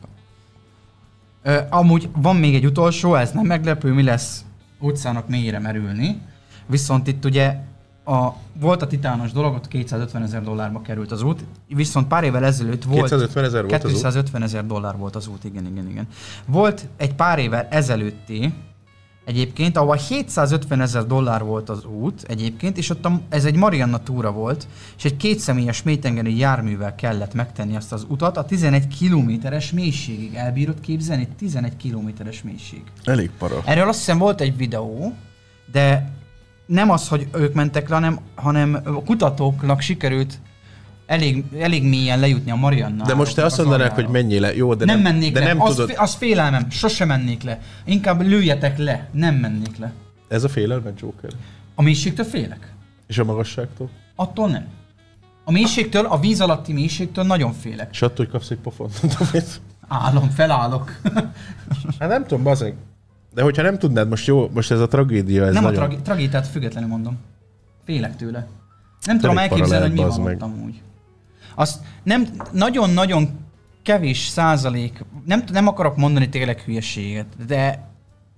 Amúgy van még egy utolsó, ez nem meglepő, mi lesz utcának mélyére merülni. Viszont itt ugye volt a titános dolog, ott $250,000 került az út, viszont pár évvel ezelőtt volt... 250,000 volt az út? $250,000 volt az út, igen. Volt egy pár évvel ezelőtti, egyébként, ahol $750,000 volt az út egyébként, és ott ez egy Marianna túra volt, és egy kétszemélyes mélytengeri járművel kellett megtenni azt az utat a 11 kilométeres mélységig. Elbírod képzelni? 11 kilométeres mélység. Elég para. Erről azt hiszem volt egy videó, de nem az, hogy ők mentek le, hanem a kutatóknak sikerült elég mélyen lejutni a Mariannára. De most te azt mondanák, hogy menjél le. Jó, de nem mennék de le. Nem tudod... Az félelmem. Sose mennék le. Inkább lőjetek le. Nem mennék le. Ez a félelme, Joker? A mélységtől félek. És a magasságtól? Attól nem. A mélységtől, a víz alatti mélységtől nagyon félek. És attól, hogy kapsz egy pofont. Felállok. Hát nem tudom, bazeg. De hogyha nem tudnád, most ez a tragédia, ez nem nagyon... a tragédiát függetlenül mondom. Félek tőle. Nem tudom elképzelni, hogy mi van ott amúgy. Azt nem, nagyon-nagyon kevés százalék, nem akarok mondani tényleg hülyeséget, de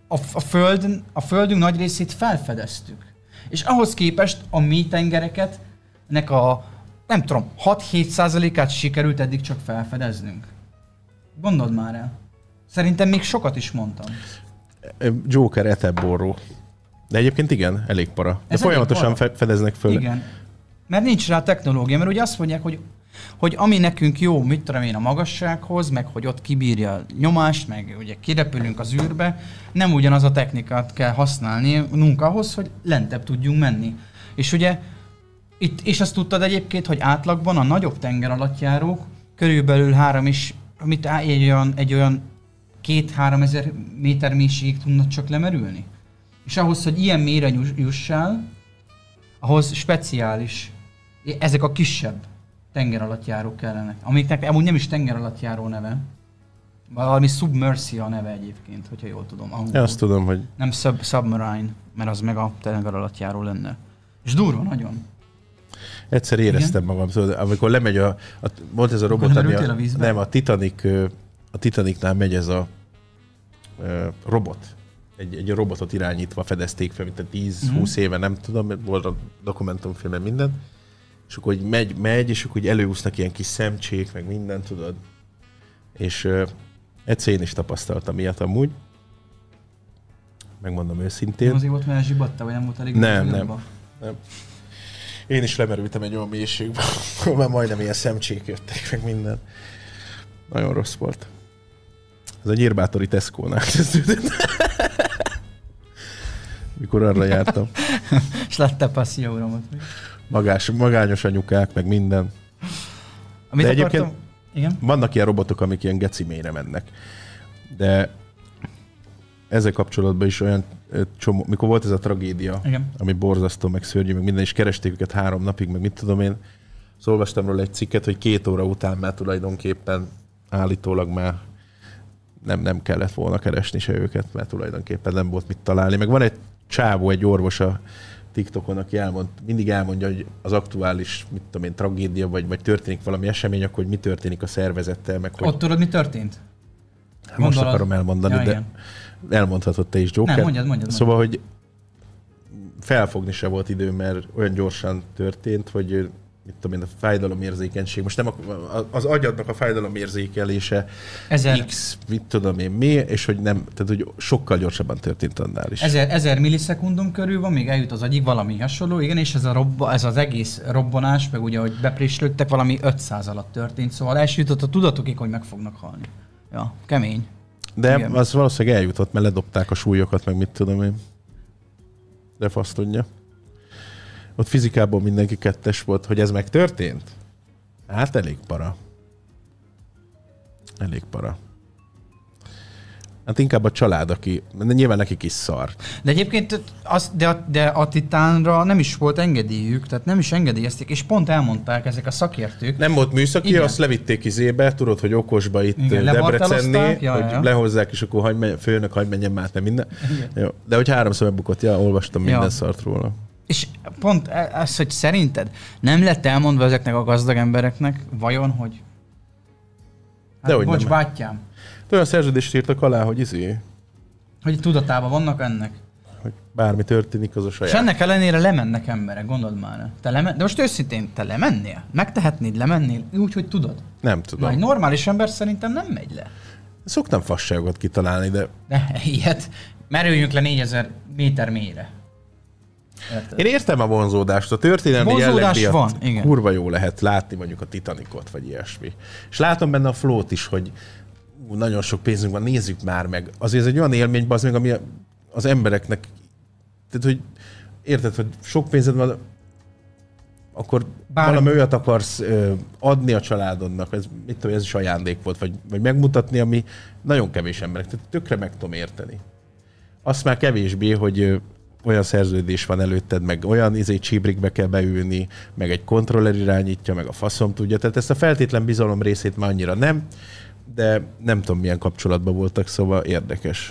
a földünk nagy részét felfedeztük. És ahhoz képest a mélytengereket, ennek a, nem tudom, 6-7%-át sikerült eddig csak felfedeznünk. Gondold már el. Szerintem még sokat is mondtam. Joker etebborró. De egyébként igen, elég para. De folyamatosan fedeznek föl. Igen. Mert nincs rá technológia, mert ugye azt mondják, hogy ami nekünk jó, mit tudom én, a magassághoz, meg hogy ott kibírja a nyomást, meg ugye kirepülünk az űrbe, nem ugyanaz a technikát kell használnunk ahhoz, hogy lentebb tudjunk menni. És ugye, és azt tudtad egyébként, hogy átlagban a nagyobb tengeralattjárók körülbelül egy olyan 2-3 ezer méter mélységig tudnak csak lemerülni. És ahhoz, hogy ilyen mélyre jussál, ahhoz speciális, ezek a kisebb tengeralattjárók kellenek, amiknek amúgy nem is tengeralattjáró neve, valami Submersia a neve egyébként, hogyha jól tudom. Én azt tudom, hogy... Nem submarine, mert az meg a tengeralattjáró lenne. És durva nagyon. Egyszer éreztem magam, szóval, amikor lemegy volt ez a robot, ami a Titanicnál megy ez a robot. Egy robotot irányítva fedezték fel, mint 10-20 éve, nem tudom, volt a dokumentumfilmen minden. És akkor hogy megy, és akkor előúsznak ilyen kis szemcsék, meg minden, tudod. És egyszer én is tapasztaltam ilyet amúgy. Megmondom őszintén. Nem azért volt, mert elzsibatta, vagy nem volt elég? Nem. Én is lemerültem egy olyan mélységbe, ahol már majdnem ilyen szemcsék jöttek, meg minden. Nagyon rossz volt. Ez a nyírbátori Tesco-nál kezdődött. Mikor arra jártam. És láttál passzióramot. Magányos anyukák, meg minden. Amit de egyébként igen? Vannak ilyen robotok, amik ilyen geci mélyre mennek. De ezzel kapcsolatban is olyan csomó, mikor volt ez a tragédia, igen, ami borzasztó, meg szörnyű, meg minden, és keresték őket 3 napig, meg mit tudom én. Szóval olvastam róla egy cikket, hogy 2 óra után már tulajdonképpen állítólag már nem kellett volna keresni se őket, mert tulajdonképpen nem volt mit találni. Meg van egy csávó, egy orvos a TikTokon, aki mindig elmondja, hogy az aktuális, mit tudom én, tragédia, vagy történik valami esemény, akkor hogy mi történik a szervezettel. Meg, hogy... Ott tudod, mi történt? Most akarom elmondani, ja, de igen, elmondhatod te is, Joker. Nem, mondjad. Szóval, hogy felfogni se volt idő, mert olyan gyorsan történt, hogy mit tudom én, a fájdalomérzékenység. Most nem az agyadnak a fájdalomérzékelése X, mit tudom én mi, és hogy nem, tehát hogy sokkal gyorsabban történt annál is. 1000 millisekundum körül van, még eljut az agyig valami hasonló, igen, és ez az egész robbanás, meg ugye, hogy bepréslődtek, valami 500 alatt történt, szóval eljutott a tudatokig, hogy meg fognak halni. Ja, kemény. De igen, az valószínűleg eljutott, mert ledobták a súlyokat, meg mit tudom én. De fasz tudja. Ott fizikából mindenki 2-es volt, hogy ez megtörtént? Hát elég para. Elég para. Hát inkább a család, aki... Nyilván nekik is szar. De egyébként de a Titánra nem is volt engedélyük, tehát nem is engedélyezték, és pont elmondták ezek a szakértők. Nem volt műszaki, igen, azt levitték izébe, tudod, hogy okosba itt igen, Debrecenné, hogy lehozzák, és akkor főnök hagy menjen már, nem minden. Jó. De hogy 3-szor megbukott, olvastam minden szart róla. És pont ez, hogy szerinted nem lett elmondva ezeknek a gazdag embereknek, vajon, hogy Dehogy Bocs, nem. bátyám. Olyan szerződést írtak alá, hogy Hogy tudatában vannak ennek. hogy bármi történik, az a És saját. ennek ellenére lemennek emberek, gondold már. De most őszintén, te lemennél? Megtehetnéd, lemennél? Úgy, hogy tudod. Nem tudom. Na, egy normális ember szerintem nem megy le. Szoktam fasságokat kitalálni, de De ilyet, merüljünk le 4000 méter mélyre. Érted? én értem a vonzódást. A történelmi Vonzódás jelleg van, miatt igen. kurva jó lehet látni mondjuk a Titanicot, vagy ilyesmi. És látom benne a flót is, hogy nagyon sok pénzünk van, nézzük már meg. Azért ez egy olyan élmény, bazd meg, ami az embereknek, tehát, hogy érted, hogy sok pénzed van, akkor valami olyat akarsz adni a családodnak, ez, mit tudom, ez is ajándék volt, vagy megmutatni, ami nagyon kevés emberek, tehát tökre meg tudom érteni. Azt már kevésbé, hogy olyan szerződés van előtted, meg olyan csíbrikbe kell beülni, meg egy kontroller irányítja, meg a faszom tudja. Tehát ezt a feltétlen bizalom részét már annyira nem, de nem tudom, milyen kapcsolatban voltak, szóval érdekes.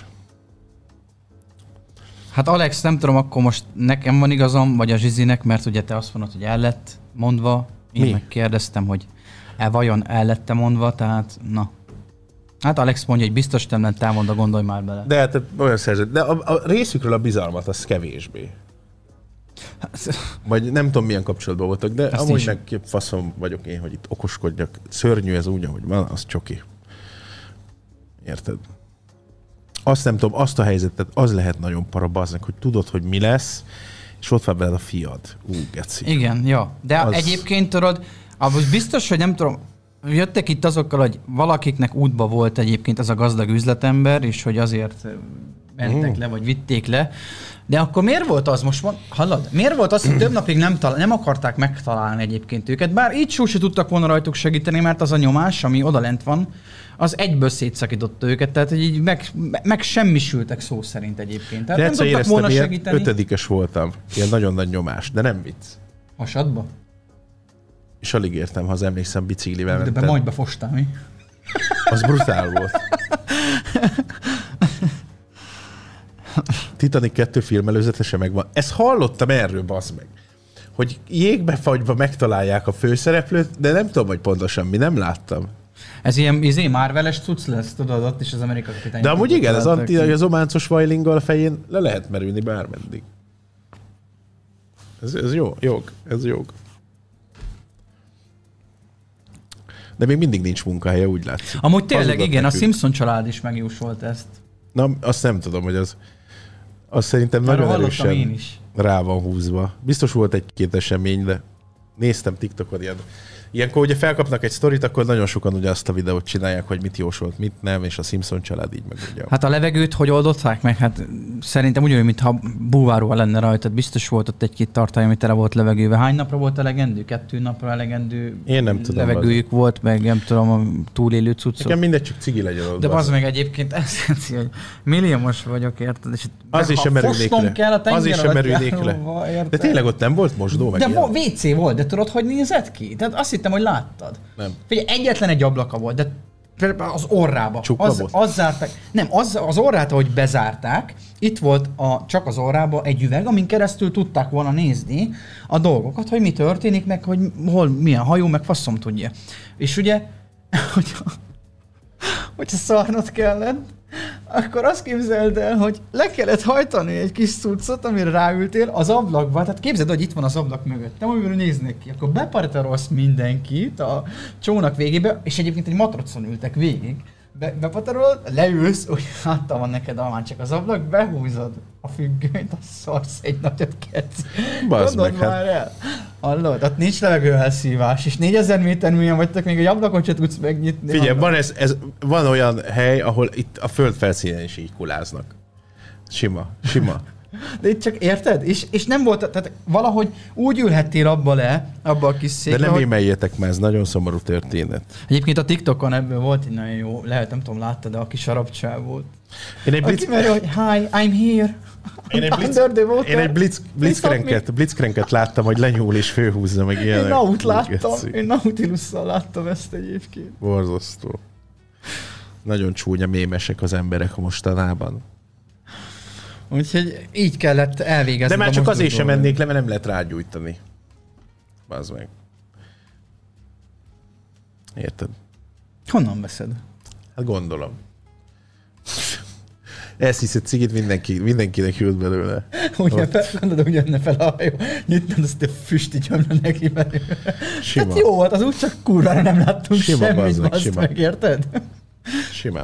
Hát Alex, nem tudom, akkor most nekem van igazam, vagy a Zsizinek, mert ugye te azt mondod, hogy el lett mondva. Én Mi? megkérdeztem, hogy vajon el lett mondva, tehát na. Hát Alex mondja, hogy biztos nem lett elmondva, gondolj már bele. De hát olyan szerződés. De a részükről a bizalmat, az kevésbé. Vagy nem tudom, milyen kapcsolatban voltak, de Azt amúgy is. meg faszom vagyok én, hogy itt okoskodjak. Szörnyű ez úgy, ahogy van, az csoki. Érted? Azt nem tudom, azt a helyzetet, az lehet nagyon parabaznak, hogy tudod, hogy mi lesz, és ott van veled a fiad. Geci. Igen, ja. De Az- egyébként tudod, most biztos, hogy nem tudom, jöttek itt azokkal, hogy valakiknek útba volt egyébként ez a gazdag üzletember, és hogy azért mentek le, vagy vitték le. De akkor miért volt az most, hallod? Miért volt az, hogy több napig nem akarták megtalálni egyébként őket? Bár így se tudtak volna rajtuk segíteni, mert az a nyomás, ami odalent van, az egyből szétszakította őket, tehát hogy így megsemmisültek szó szerint egyébként. Tehát De nem egyszer tudtak éreztem, volna ilyen segíteni. 5-es voltam. Ilyen nagyon nagy nyomás, de nem vicc. Hasadba? És alig értem, ha az emlékszem, biciklivel De mentem. be majd befostál, mi? Az brutál volt. Titanic 2 film előzetese megvan. Ezt hallottam erről, bazd meg. Hogy jégbe fagyva megtalálják a főszereplőt, de nem tudom, hogy pontosan mi, nem láttam. Ez ilyen Marvel-es cucc lesz, tudod, ott is az Amerika kapitány. De amúgy igen, az ománcos vajlinggal a fején le lehet merülni bármeddig. Ez jó, ez jog. De még mindig nincs munkahelye, úgy látszik. Amúgy tényleg Hazudott igen, a nekünk. Simpson család is megjósolt ezt. Na, azt nem tudom, hogy az szerintem Arról nagyon hallottam én erősen is. rá van húzva. Biztos volt egy-két esemény, de néztem TikTokon ilyenkor ugye felkapnak egy sztorit, akkor nagyon sokan ugye azt a videót csinálják, hogy mit jósolt, mit nem, és a Simpson család így meg ugye. Hát a levegőt hogy oldották meg? Hát szerintem ugyanúgy, mintha búváról lenne rajtad. Biztos volt ott egy-két tartály, ami tele volt levegővel. Hány napra volt elegendő? 2 napra elegendő Én nem tudom, levegőjük volt, meg nem tudom, a túlélő cuccok. Nekem mindegy, csak cigi legyen ott. De az meg egyébként ez jelenti, hogy milliómos vagyok, érted? És Az is sem merülnék le. kell a tenger Az is sem alatt merülnék le. járva, érted? De tényleg ott nem volt mosdó, meg De ilyen? WC volt, de tudod, hogy nézett ki? Tehát azt hittem, hogy láttad. Nem. Figyelj, egyetlen egy ablaka volt, de például az orrába. Csukva volt? Az zárták. Nem, az orrát, ahogy bezárták, itt volt csak az orrába egy üveg, amin keresztül tudták volna nézni a dolgokat, hogy mi történik, meg hogy hol milyen hajó, meg faszom tudja. És ugye, hogyha szarnod kellett, akkor azt képzeld el, hogy le kellett hajtani egy kis cuccot, amire ráültél az ablakba. Tehát képzeld, hogy itt van az ablak mögött, nem amiről néznek ki. Akkor beparterolsz mindenkit a csónak végébe, és egyébként egy matracon ültek végig. Bepaterolod, leülsz, úgy háttal van neked almán csak az ablak, behúzod a függönyt, azt szarsz egy nagyot keci. Bazd Gondold meg, hát. már el. Hallod? Hát nincs levegőelszívás, és 4000 méter mélyen vagytok, még egy ablakot se tudsz megnyitni. Figyelj, van olyan hely, ahol itt a föld felszínen is így kuláznak. Sima. De itt csak érted? És nem volt, tehát valahogy úgy ülhettél abba a kis székre, De nem hogy... émeljetek már, ez nagyon szomorú történet. Egyébként a TikTokon ebből volt egy nagyon jó, lehet nem tudom, láttad, de a kis arabcsáv volt. Én egy Aki merő, hogy hi, I'm here. Under the water. Én egy blitzcranket láttam, hogy lenyúl és főhúzza meg ilyenek. Én Naut láttam, Geci. én Nautilusszal láttam ezt egyébként. Borzasztó. Nagyon csúnya mémesek az emberek mostanában. Úgyhogy így kellett elvégezni. De már a csak mosdó azért sem dolgot. mennék le, mert nem lehet rágyújtani. Bazd meg. Érted? Honnan veszed? Hát gondolom. Elhiszed cigit, mindenkinek jut belőle. Ugyanne fel a hajó, nyitnod azt a füst így ömlő neki belőle. Sima. Tehát jó volt, az úgy csak kurvára nem láttunk Sima, semmit, bazdmeg, baszt sima. meg, érted? Simán.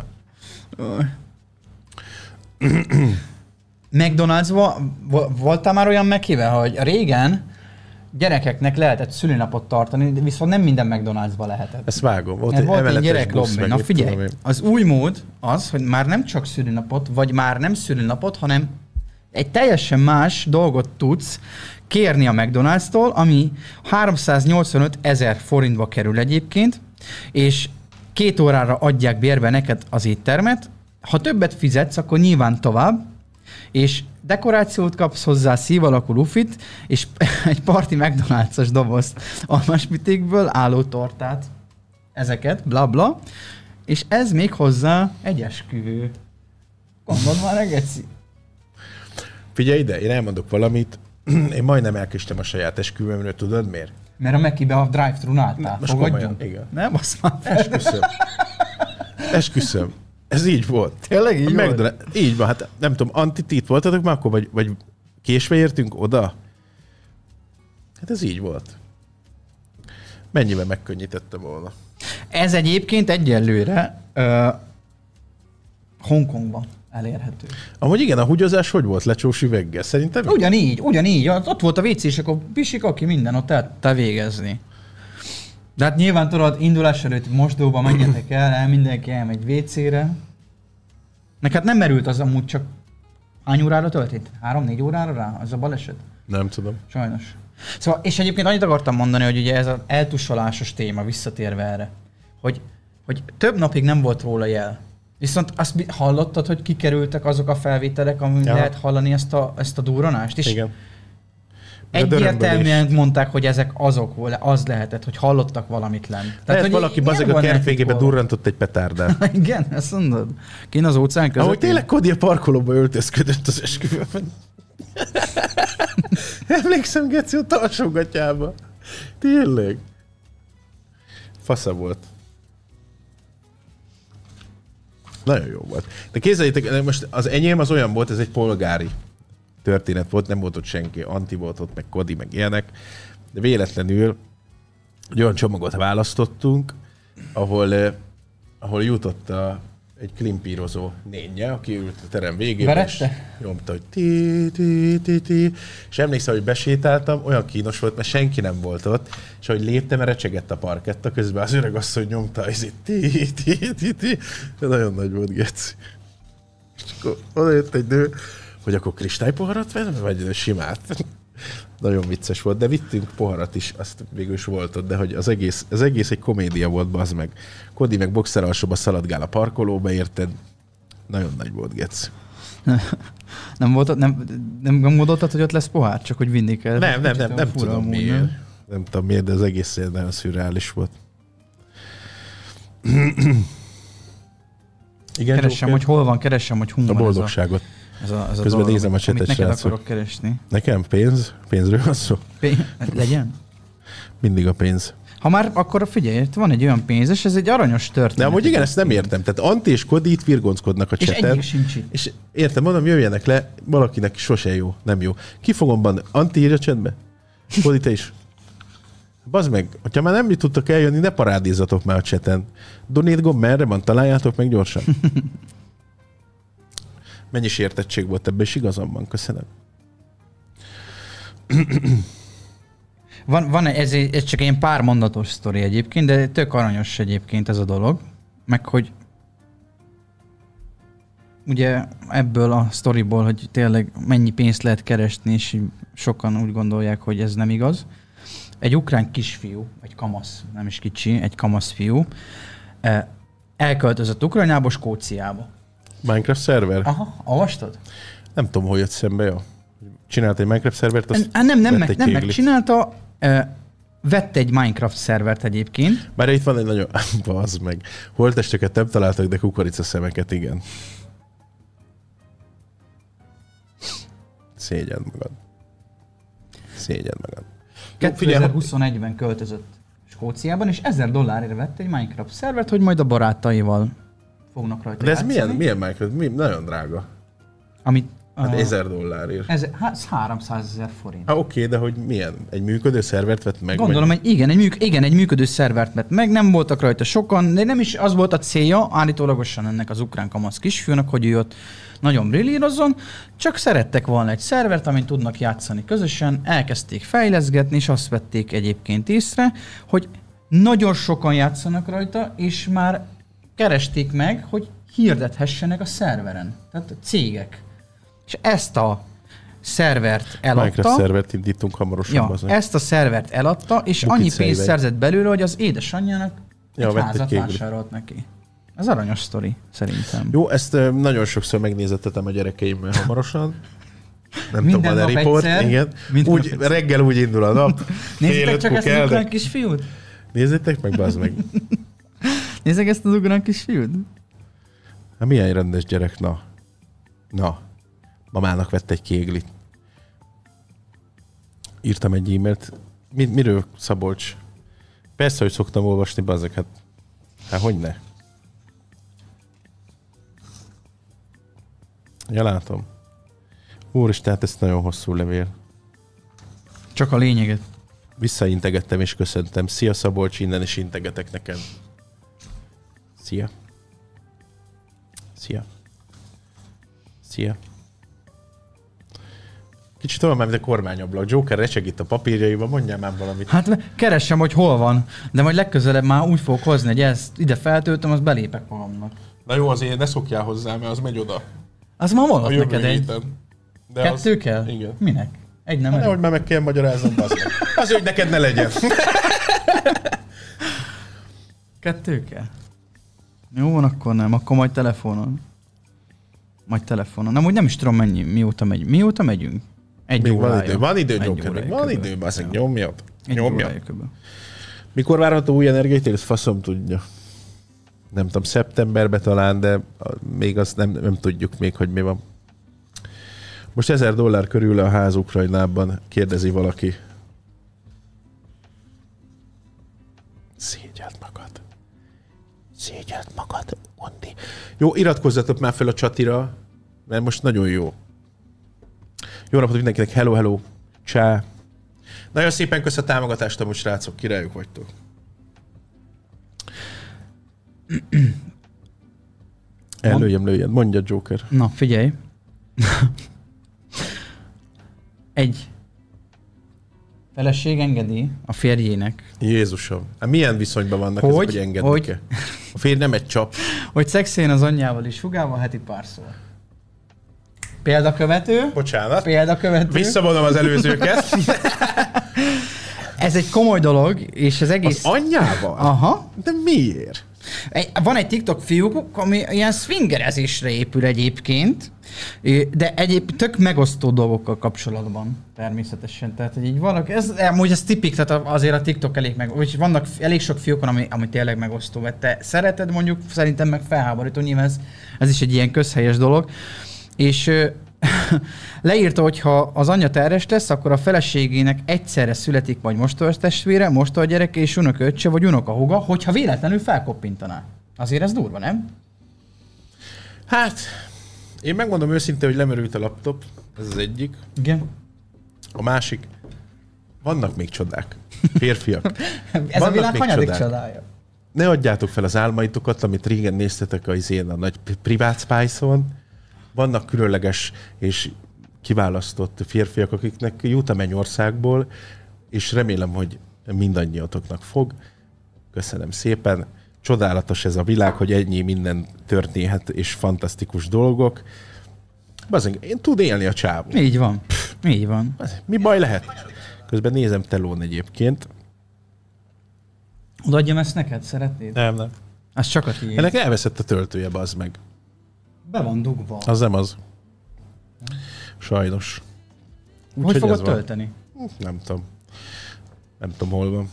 McDonald'sba voltál már olyan meghívva, hogy régen gyerekeknek lehetett szülinapot tartani, de viszont nem minden McDonald'sba lehetett. Ezt vágom. Volt egy emeletes gyereklobby. busz, meg Na mit figyelj, tudom én. az új mód az, hogy már nem csak szülinapot, vagy már nem szülinapot, hanem egy teljesen más dolgot tudsz kérni a McDonald's-tól, ami 385 000 forintba kerül egyébként, és 2 órára adják bérbe neked az éttermet. Ha többet fizetsz, akkor nyilván tovább, és dekorációt kapsz hozzá, szív alakú lufit, és egy parti McDonald's-os dobozt almaspitékből, álló tortát, ezeket, bla bla, és ez még hozzá egy esküvő. Gondold már, egeci. Figyelj ide, én elmondok valamit. Én majdnem elkéstem a saját esküvőmről, tudod miért? Mert a Mekibe a drive-thru-n álltál. Most Fogadjunk? komolyan, igen. Nem, azt már Esküszöm. Ez így volt. Tényleg így volt? Így van, hát nem tudom, Anti, ti itt voltatok már akkor, vagy késve értünk oda? Hát ez így volt. Mennyivel megkönnyítette volna? Ez egyébként egyelőre Hongkongban elérhető. Amúgy igen, a húgyozás hogy volt? Lecsós üveggel? Szerintem? Ugyanígy. Ott volt a WC, és akkor pisik, aki minden ott el végezni. De hát nyilván tudod, indulás előtt mosdóba menjetek el, mindenki elmegy WC-re. Neked nem merült az amúgy csak hány órára történt? 3-4 órára rá? Az a baleset? Nem tudom. Sajnos. Szóval, és egyébként annyit akartam mondani, hogy ugye ez az eltussolásos téma, visszatérve erre, hogy több napig nem volt róla jel. Viszont azt hallottad, hogy kikerültek azok a felvételek, amin lehet hallani ezt a durranást? És igen. egyértelműen mondták, hogy ezek azok, az lehetett, hogy hallottak valamit lent. Tehát, hogy valaki bazeg a kert végébe durrantott egy petárdát. Igen, ezt mondod. Kint az óceán között. Ahogy tényleg Cody a parkolóba öltözködött az esküvőben. Emlékszem, Geci, ott alsógatyába. Tényleg. Fasza volt. Nagyon jó volt. De képzeljétek, most az enyém az olyan volt, ez egy polgári történet volt, nem volt ott senki, Anti volt ott, meg Cody, meg ilyenek, de véletlenül egy olyan csomagot választottunk, ahol jutott egy klimpírozó nénye, aki ült a terem végében, és nyomta, hogy ti, és emlékszem, hogy besétáltam, olyan kínos volt, mert senki nem volt ott, és ahogy léptem, recsegett a parketta, közben az öreg asszony nyomta, és ti. Nagyon nagy volt, Geci. És akkor oda jött egy nő, hogy akkor kristálypoharat vesz, vagy simát. Nagyon vicces volt, de vittünk poharat is, azt végül is volt ott, de hogy az egész egy komédia volt, bazd meg. Cody meg boxeralsóba szaladgál a parkolóba, érted? Nagyon nagy volt, Gec. Nem gondoltad, hogy ott lesz pohár, csak hogy vinni kell? Nem tudom miért. Nem tudom miért, de az egész nagyon szürreális volt. Igen, keresem, hogy hol van, hogy hol van. A boldogságot. Ez a közben dolog, nézem a csetet, neked akarok keresni. Nekem pénz? Pénzről van szó? Legyen? Mindig a pénz. Ha már, akkor figyelj, van egy olyan pénz, és ez egy aranyos történet. De amúgy igen, ezt nem értem. Tehát Anti és Cody itt virgonckodnak a cseten. És egyik sincs itt. És értem, mondom, jöjjenek le, valakinek sose jó, nem jó. Ki fogom ban? Anti írja csetbe? Cody, te is. Bazd meg, hogyha már nem tudtok eljönni, ne parádézzatok már a cseten. Donate gomb merre van? Találjátok meg gyorsan. Mennyi sértettség volt ebben, és igazam van, köszönöm. Van ez csak egy pár mondatos sztori egyébként, de tök aranyos egyébként ez a dolog. Meg hogy ugye ebből a sztoriból, hogy tényleg mennyi pénzt lehet keresni, és sokan úgy gondolják, hogy ez nem igaz. Egy ukrán kisfiú, egy kamasz, nem is kicsi, egy kamasz fiú, elköltözött Ukrajnába, Skóciába. Minecraft szerver? Aha, olvastad? Nem tudom, hogy jött szembe, jó. Csinált egy Minecraft szervert, azt nem megcsinálta, vett egy Minecraft szervert egyébként. Bár itt van egy nagyon... Bazd meg. Holttesteket nem találtak, de kukoricaszemeket igen. Szégyed magad. 2021-ben költözött Skóciában, és $1000 vett egy Minecraft szervert, hogy majd a barátaival fognak rajta De ez játszani. milyen Minecraft? Nagyon drága. Amit, Hát $1000. ez 300 000 forint. Oké, de hogy milyen? Egy működő szervert vett meg? Gondolom, hogy igen, egy működő szervert vett meg, nem voltak rajta sokan, de nem is az volt a célja állítólagosan ennek az ukrán kamasz kisfiúnak, hogy ő ott nagyon brillírozzon, csak szerettek volna egy szervert, amin tudnak játszani közösen, elkezdték fejleszgetni, és azt vették egyébként észre, hogy nagyon sokan játszanak rajta, és már keresték meg, hogy hirdethessenek a szerveren, tehát a cégek. És ezt a szervert eladta. Minecraft szervert indítunk hamarosan. Ja, ezt a szervert eladta, és annyi pénzt szerzett belőle, hogy az édesanyjának egy házat vásárolt neki. Ez aranyos sztori, szerintem. Jó, ezt nagyon sokszor megnézettetem a gyerekeimmel hamarosan. Nem minden tudom, nap report. egyszer. Igen. Úgy, reggel úgy indul a nap. Nézzétek csak ezt az ukrán kisfiút? Nézzétek meg, bazd meg. Nézzétek ezt az ukrán kisfiút? Hát milyen rendes gyerek, na. Mamának vett egy kéglit. Írtam egy e-mailt. Miről, Szabolcs? Persze, hogy szoktam olvasni, bazzeg, hát hogy ne? Ja, látom. Úristen, hát ez nagyon hosszú levél. Csak a lényeget. Visszaintegettem és köszöntem. Szia Szabolcs, innen is integetek neked. Szia. Kicsit olyan már, mint a kormányablak. Joker recseg a papírjaiba, mondjál már valamit. Hát keressem, hogy hol van, de majd legközelebb már úgy fogok hozni, hogy ezt ide feltöltöm, azt belépek magamnak. Na jó, azért ne szokjál hozzá, mert az megy oda. Az már mondott neked egy. De kettő az... kell? Igen. Minek? Egy nem elég. Nehogy már meg kell magyaráznom, bazd meg. Azért, hogy neked ne legyen. Kettő kell? Jó van, akkor nem. Akkor majd telefonon. Nem, úgy nem is tudom mennyi, mióta megyünk? Egy órája. Van idő, Joker. Van idő, bazd, nyomjad. Nyomjad. Mikor várható új energiát, ezt faszom tudja. Nem tudom, szeptemberben talán, de még azt nem tudjuk még, hogy mi van. Most $1000 körül a ház Ukrajnában, kérdezi valaki. Szégyeld magad, Ondi. Jó, iratkozzatok már fel a csatira, mert most nagyon jó. Jó napot mindenkinek, hello, csá. Nagyon szépen kösz a támogatást, amúgy srácok, királyok vagytok. Lőjem, mondja Joker. Na, figyelj. Egy feleség engedi a férjének. Jézusom. Hát milyen viszonyban vannak ezek, hogy engednek-e? A férj nem egy csap. Hogy szexéljen az anyjával és hugával heti párszor. Példakövető. Bocsánat. Visszavonom az előzőket. Ez egy komoly dolog, és az egész... Az anyjával? Aha. De miért? Van egy TikTok fiúk, ami ilyen swingerezésre épül egyébként, de tök megosztó dolgokkal kapcsolatban természetesen. Tehát, hogy így valaki, amúgy ez tipik, tehát azért a TikTok úgyhogy vannak elég sok fiúk, ami tényleg megosztó, mert te szereted mondjuk, szerintem meg felháborító, nyilván ez is egy ilyen közhelyes dolog. És leírta, hogy ha az anyja terhes lesz, akkor a feleségének egyszerre születik majd mostohatestvére, mostohagyereke és unokaöccse vagy unokahuga, hogyha véletlenül felkoppintaná. Azért ez durva, nem? Hát, én megmondom őszintén, hogy lemerült a laptop, ez az egyik. Igen. A másik, vannak még csodák. Férfiak. Ez vannak a világ hanyadik csodája? Ne adjátok fel az álmaitokat, amit régen néztetek a nagy privát Spice-on. Vannak különleges és kiválasztott férfiak, akiknek jut a mennyországból, és remélem, hogy mindannyiatoknak fog. Köszönöm szépen. Csodálatos ez a világ, hogy ennyi minden történhet, és fantasztikus dolgok. Bazen, én tud élni a csávó. Így van. Így van. Mi baj lehet? Közben nézem telón egyébként. Odaadjam ezt neked? Szeretnéd? Nem. Az csak a tiéd. Ennek elveszett a töltője, bazd meg. Be van dugva. Az nem az. Sajnos. Hogy fogod tölteni? Nem tudom. Nem tudom, hol van.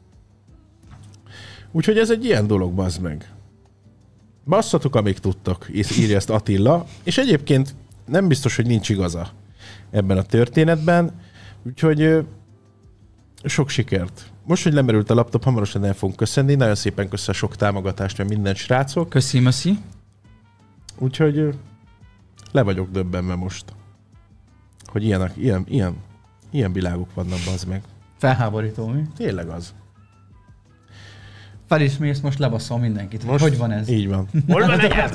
Úgyhogy ez egy ilyen dolog, bazd meg. Basszatok, amíg tudtok, írja ezt Attila. És egyébként nem biztos, hogy nincs igaza ebben a történetben. Úgyhogy Sok sikert. Most, hogy lemerült a laptop, hamarosan el fogunk köszönni. Nagyon szépen köszönöm a sok támogatást, mert minden srácok. Köszi. Úgyhogy le vagyok döbbenve most, hogy ilyen világok vannak, bazd meg. Felháborító, mi? Tényleg az. Felismész, most lebaszol mindenkit. Most hogy van ez? Így van. Hol van neked?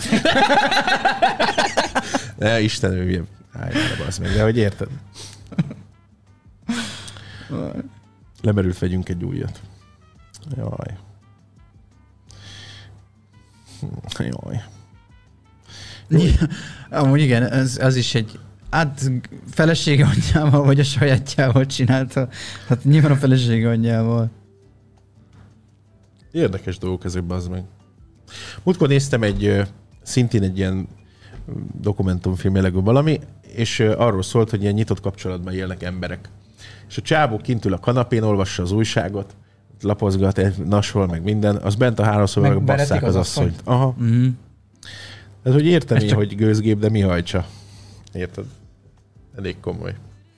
Ne, Istenő, állj le, bazd meg, de hogy érted? Lemerült, vegyünk egy újat. Jaj. Amúgy igen, az is egy... Hát felesége anyjával, vagy a sajátjával csinálta. Hát nyilván a felesége anyjával. Érdekes dolgok ezekben, az meg. Múltkor néztem szintén egy ilyen dokumentumfilm jellegű valami, és arról szólt, hogy ilyen nyitott kapcsolatban élnek emberek. És a csávó kint ül a kanapén, olvassa az újságot, lapozgat, nasol, meg minden, az bent a hálószobában basszák az asszonyt. Aha. Mm-hmm. Tehát, hogy értem én, hogy gőzgép, de mi hajtsa. Érted? Elég komoly.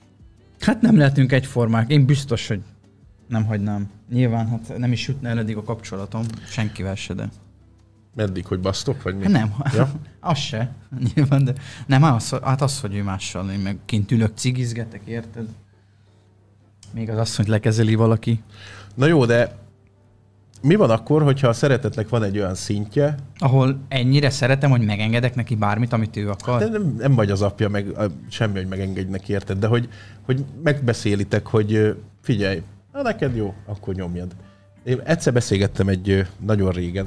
Hát nem lehetünk egyformák. Én biztos, hogy nem hagynám. Nyilván hát nem is jutna el eddig a kapcsolatom. Senkivel se, de... Meddig, hogy basztok, vagy mi? Hát nem. Ja? Az se. Nyilván, de... Nem, hát az, hogy ő mással, én meg kint ülök, cigizgetek, érted? Még az asszonyt lekezeli valaki. Na jó, de mi van akkor, hogyha a szeretetnek van egy olyan szintje, ahol ennyire szeretem, hogy megengedek neki bármit, amit ő akar? De nem vagy az apja, meg semmi, hogy megengedj neki, érted? De hogy megbeszélitek, hogy figyelj, ha neked jó, akkor nyomjad. Én egyszer beszélgettem nagyon régen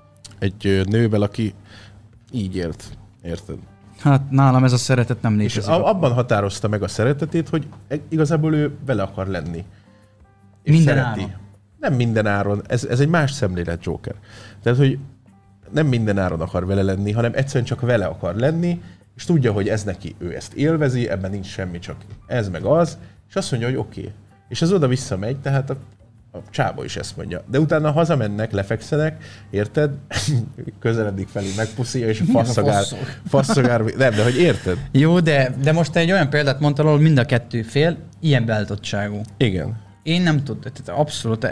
egy nővel, aki így élt, érted? Hát nálam ez a szeretet nem létezik. És abban határozta meg a szeretetét, hogy igazából ő vele akar lenni. És minden szereti. áron. Nem minden áron. Ez egy más szemlélet, Joker. Tehát, hogy nem minden áron akar vele lenni, hanem egyszerűen csak vele akar lenni, és tudja, hogy ez neki, ő ezt élvezi, ebben nincs semmi, csak ez meg az, és azt mondja, hogy oké. És ez oda-vissza megy, tehát a csába is ezt mondja. De utána hazamennek, lefekszenek, érted? Közeledik felé, megpuszíja, és faszogár. Nem, de hogy érted? Jó, de most te egy olyan példát mondtál, ahol mind a kettő fél ilyen beállítottságú. Igen. Én nem tudom, abszolút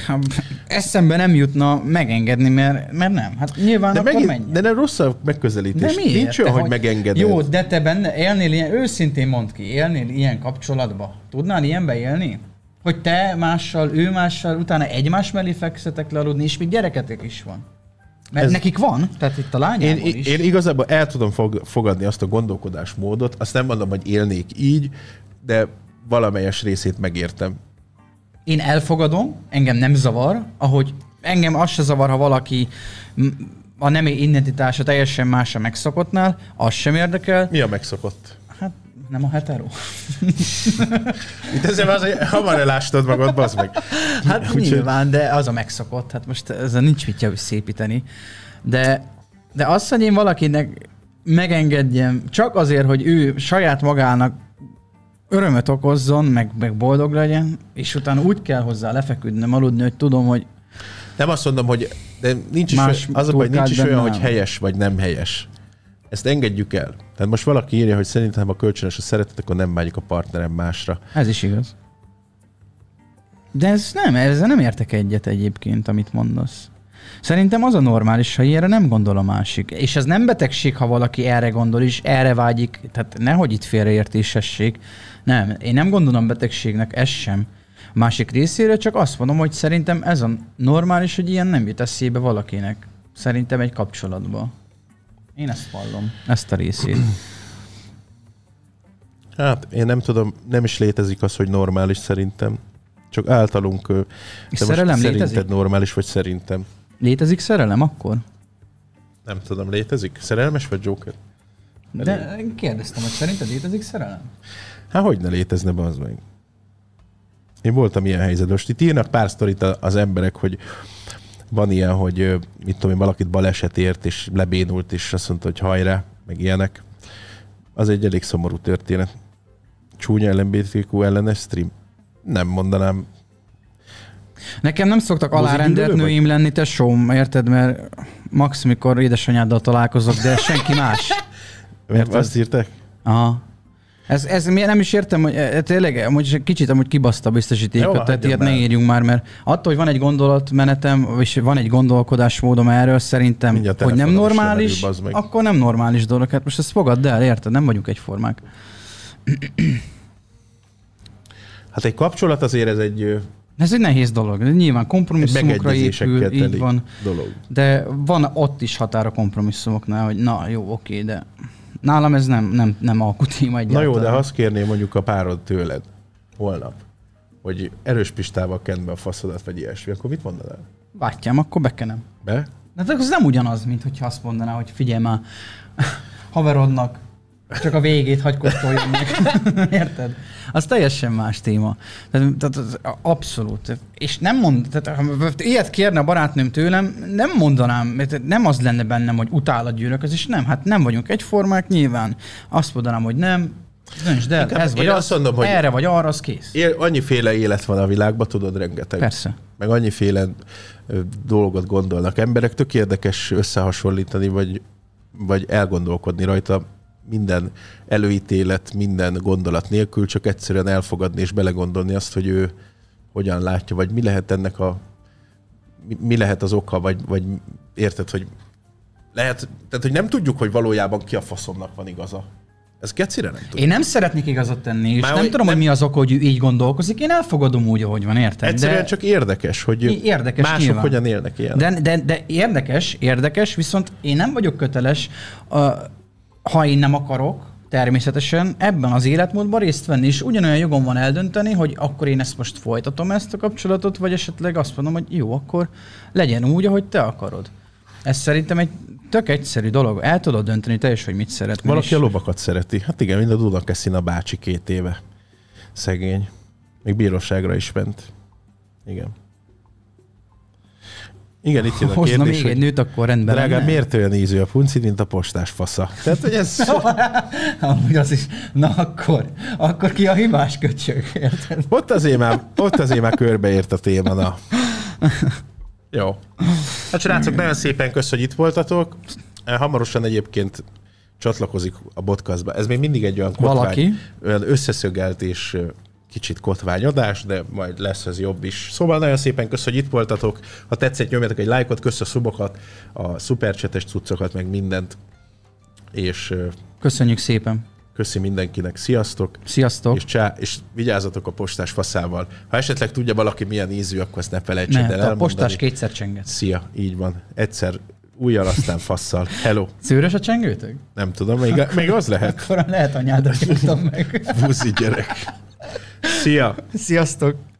eszembe nem jutna megengedni, mert nem. Hát nyilván de akkor menj. De nem rossz a megközelítés. Nincs olyan, hogy megengeded. Jó, de te benne élnél ilyen, őszintén mondd ki, élnél ilyen kapcsolatba. Tudnál ilyenbe élni? Hogy te mással, ő mással, utána egymás mellé fekszetek le aludni, és még gyereketek is van. Mert nekik van, tehát itt a lányából is. Én igazából el tudom fogadni azt a gondolkodásmódot, azt nem mondom, hogy élnék így, de valamelyes részét megértem. Én elfogadom, engem nem zavar, ahogy engem az se zavar, ha valaki a nemi identitása teljesen más a megszokottnál, az sem érdekel. Mi a megszokott? Hát nem a hetero. Itt ezzel az, hogy hamar elástad magad, bazd meg. Hát nyilván, de az a megszokott. Hát most ezzel nincs mit szépíteni. De azt, hogy én valakinek megengedjem csak azért, hogy ő saját magának örömet okozzon, meg boldog legyen, és utána úgy kell hozzá lefeküdnöm, aludni, hogy tudom, hogy nem azt mondom, hogy de nincs is az a baj, nincs is olyan, hogy helyes vagy nem helyes. Ezt engedjük el. Tehát most valaki írja, hogy szerintem ha kölcsönös a szeretet, akkor nem vágyik a partnerem másra. Ez is igaz. De ezzel nem értek egyet egyébként, amit mondasz. Szerintem az a normális, ha ilyenre nem gondol a másik. És ez nem betegség, ha valaki erre gondol, és erre vágyik. Tehát nehogy itt félreértésesség. Nem, én nem gondolom betegségnek, ez sem. A másik részére csak azt mondom, hogy szerintem ez a normális, hogy ilyen nem jut eszébe valakinek. Szerintem egy kapcsolatban. Én ezt vallom, ezt a részét. Hát én nem tudom, nem is létezik az, hogy normális szerintem. Csak általunk. És szerelem létezik? Szerinted normális, vagy szerintem? Létezik szerelem akkor? Nem tudom, létezik? Szerelmes vagy Joker? De én kérdeztem, hogy szerinted létezik szerelem? Hát hogy ne létezne, bazd meg? Én voltam ilyen helyzetben. Most itt írnak pár sztorit az emberek, hogy van ilyen, hogy mit tudom én, valakit baleset ért, és lebénult, és azt mondta, hogy hajrá, meg ilyenek. Az egy elég szomorú történet. Csúnya LMBTQ ellenes stream. Nem mondanám. Nekem nem szoktak alárendelt nőim lenni, tesóm, érted? Mert max, mikor édesanyáddal találkozok, de senki más. Mert azt írták? Aha. Ez nem is értem, hogy tényleg hogy kicsit amúgy kibaszta a biztosítékot, tehát ilyet ne írjunk már, mert attól, hogy van egy gondolatmenetem, és van egy gondolkodásmódom erről, szerintem, hogy nem normális, akkor nem normális dolog. Hát most ezt fogadd el, érted? Nem vagyunk egyformák. Hát egy kapcsolat azért ez egy nehéz dolog. Nyilván kompromisszumokra épül, így van. Dolog. De van ott is határ a kompromisszumoknál, hogy na jó, oké, de nálam ez nem alkutíma egyáltalán. Na jó, de ha azt kérném mondjuk a párod tőled holnap, hogy erős pistával kend be a faszodat, vagy ilyesmi, akkor mit mondanál? Bátyám, akkor bekenem. Be? De az nem ugyanaz, mint hogyha azt mondaná, hogy figyelj már, haverodnak, csak a végét hagy kóstoljon meg. Érted? Az teljesen más téma. Tehát abszolút. És nem tehát ha ilyet kérne a barátnőm tőlem, nem mondanám, mert nem az lenne bennem, hogy utálat gyűlölköz, és nem, hát nem vagyunk egyformák nyilván. Azt mondanám, hogy nem, döntsd el, ez vagy az, mondom, hogy erre vagy arra, az kész. Annyiféle élet van a világban, tudod, rengeteg. Persze. Meg annyiféle dolgot gondolnak emberek, tök érdekes összehasonlítani, vagy elgondolkodni rajta, minden előítélet, minden gondolat nélkül, csak egyszerűen elfogadni és belegondolni azt, hogy ő hogyan látja, vagy mi lehet ennek mi lehet az oka, vagy érted, hogy lehet, tehát hogy nem tudjuk, hogy valójában ki a faszomnak van igaza. Ez gecire nem tudom. Én nem szeretnék igazat tenni, és nem tudom, hogy mi az oka, hogy ő így gondolkozik. Én elfogadom úgy, ahogy van, érted? Egyszerűen csak érdekes, hogy mások nyilván hogyan élnek ilyen. De érdekes, viszont én nem vagyok köteles, ha én nem akarok, természetesen ebben az életmódban részt venni, és ugyanolyan jogom van eldönteni, hogy akkor én ezt most folytatom ezt a kapcsolatot, vagy esetleg azt mondom, hogy jó, akkor legyen úgy, ahogy te akarod. Ez szerintem egy tök egyszerű dolog. El tudod dönteni te is, hogy mit szeretnél. Valaki a lovakat szereti. Hát igen, mind a Dunakeszin a bácsi 2 éve. Szegény. Még bíróságra is ment. Igen. Igen, itt jön a kérdés, még egy nőt, akkor rendben. Drágám, miért olyan ízű a puncid, mint a postás fasza? Tehát, hogy ez... Amúgy az is. Na akkor ki a hibás köcsög, érted? Ott azért már körbeért a téma, na. Jó. Hát srácok, nagyon szépen kösz, hogy itt voltatok. Hamarosan egyébként csatlakozik a podcastba. Ez még mindig egy olyan kotvány, olyan összeszögelt és kicsit kotványadás, de majd lesz ez jobb is. Szóval nagyon szépen kösz, hogy itt voltatok. Ha tetszett, nyomjatok egy lájkot, kösz a szubokat, a szupercsetes cuccokat, meg mindent. És köszönjük szépen. Köszi mindenkinek. Sziasztok. Sziasztok. És vigyázzatok a postás faszával. Ha esetleg tudja valaki milyen ízű, akkor ezt ne felejtsék el elmondani. A postás kétszer csenget. Szia, így van. Egyszer újjal, aztán fasszal. Hello. Szőrös a csengőtök? Nem tudom, még az lehet. Akkor lehet anyádat, tudtam meg. Buzi gyerek. Szia. Sziasztok.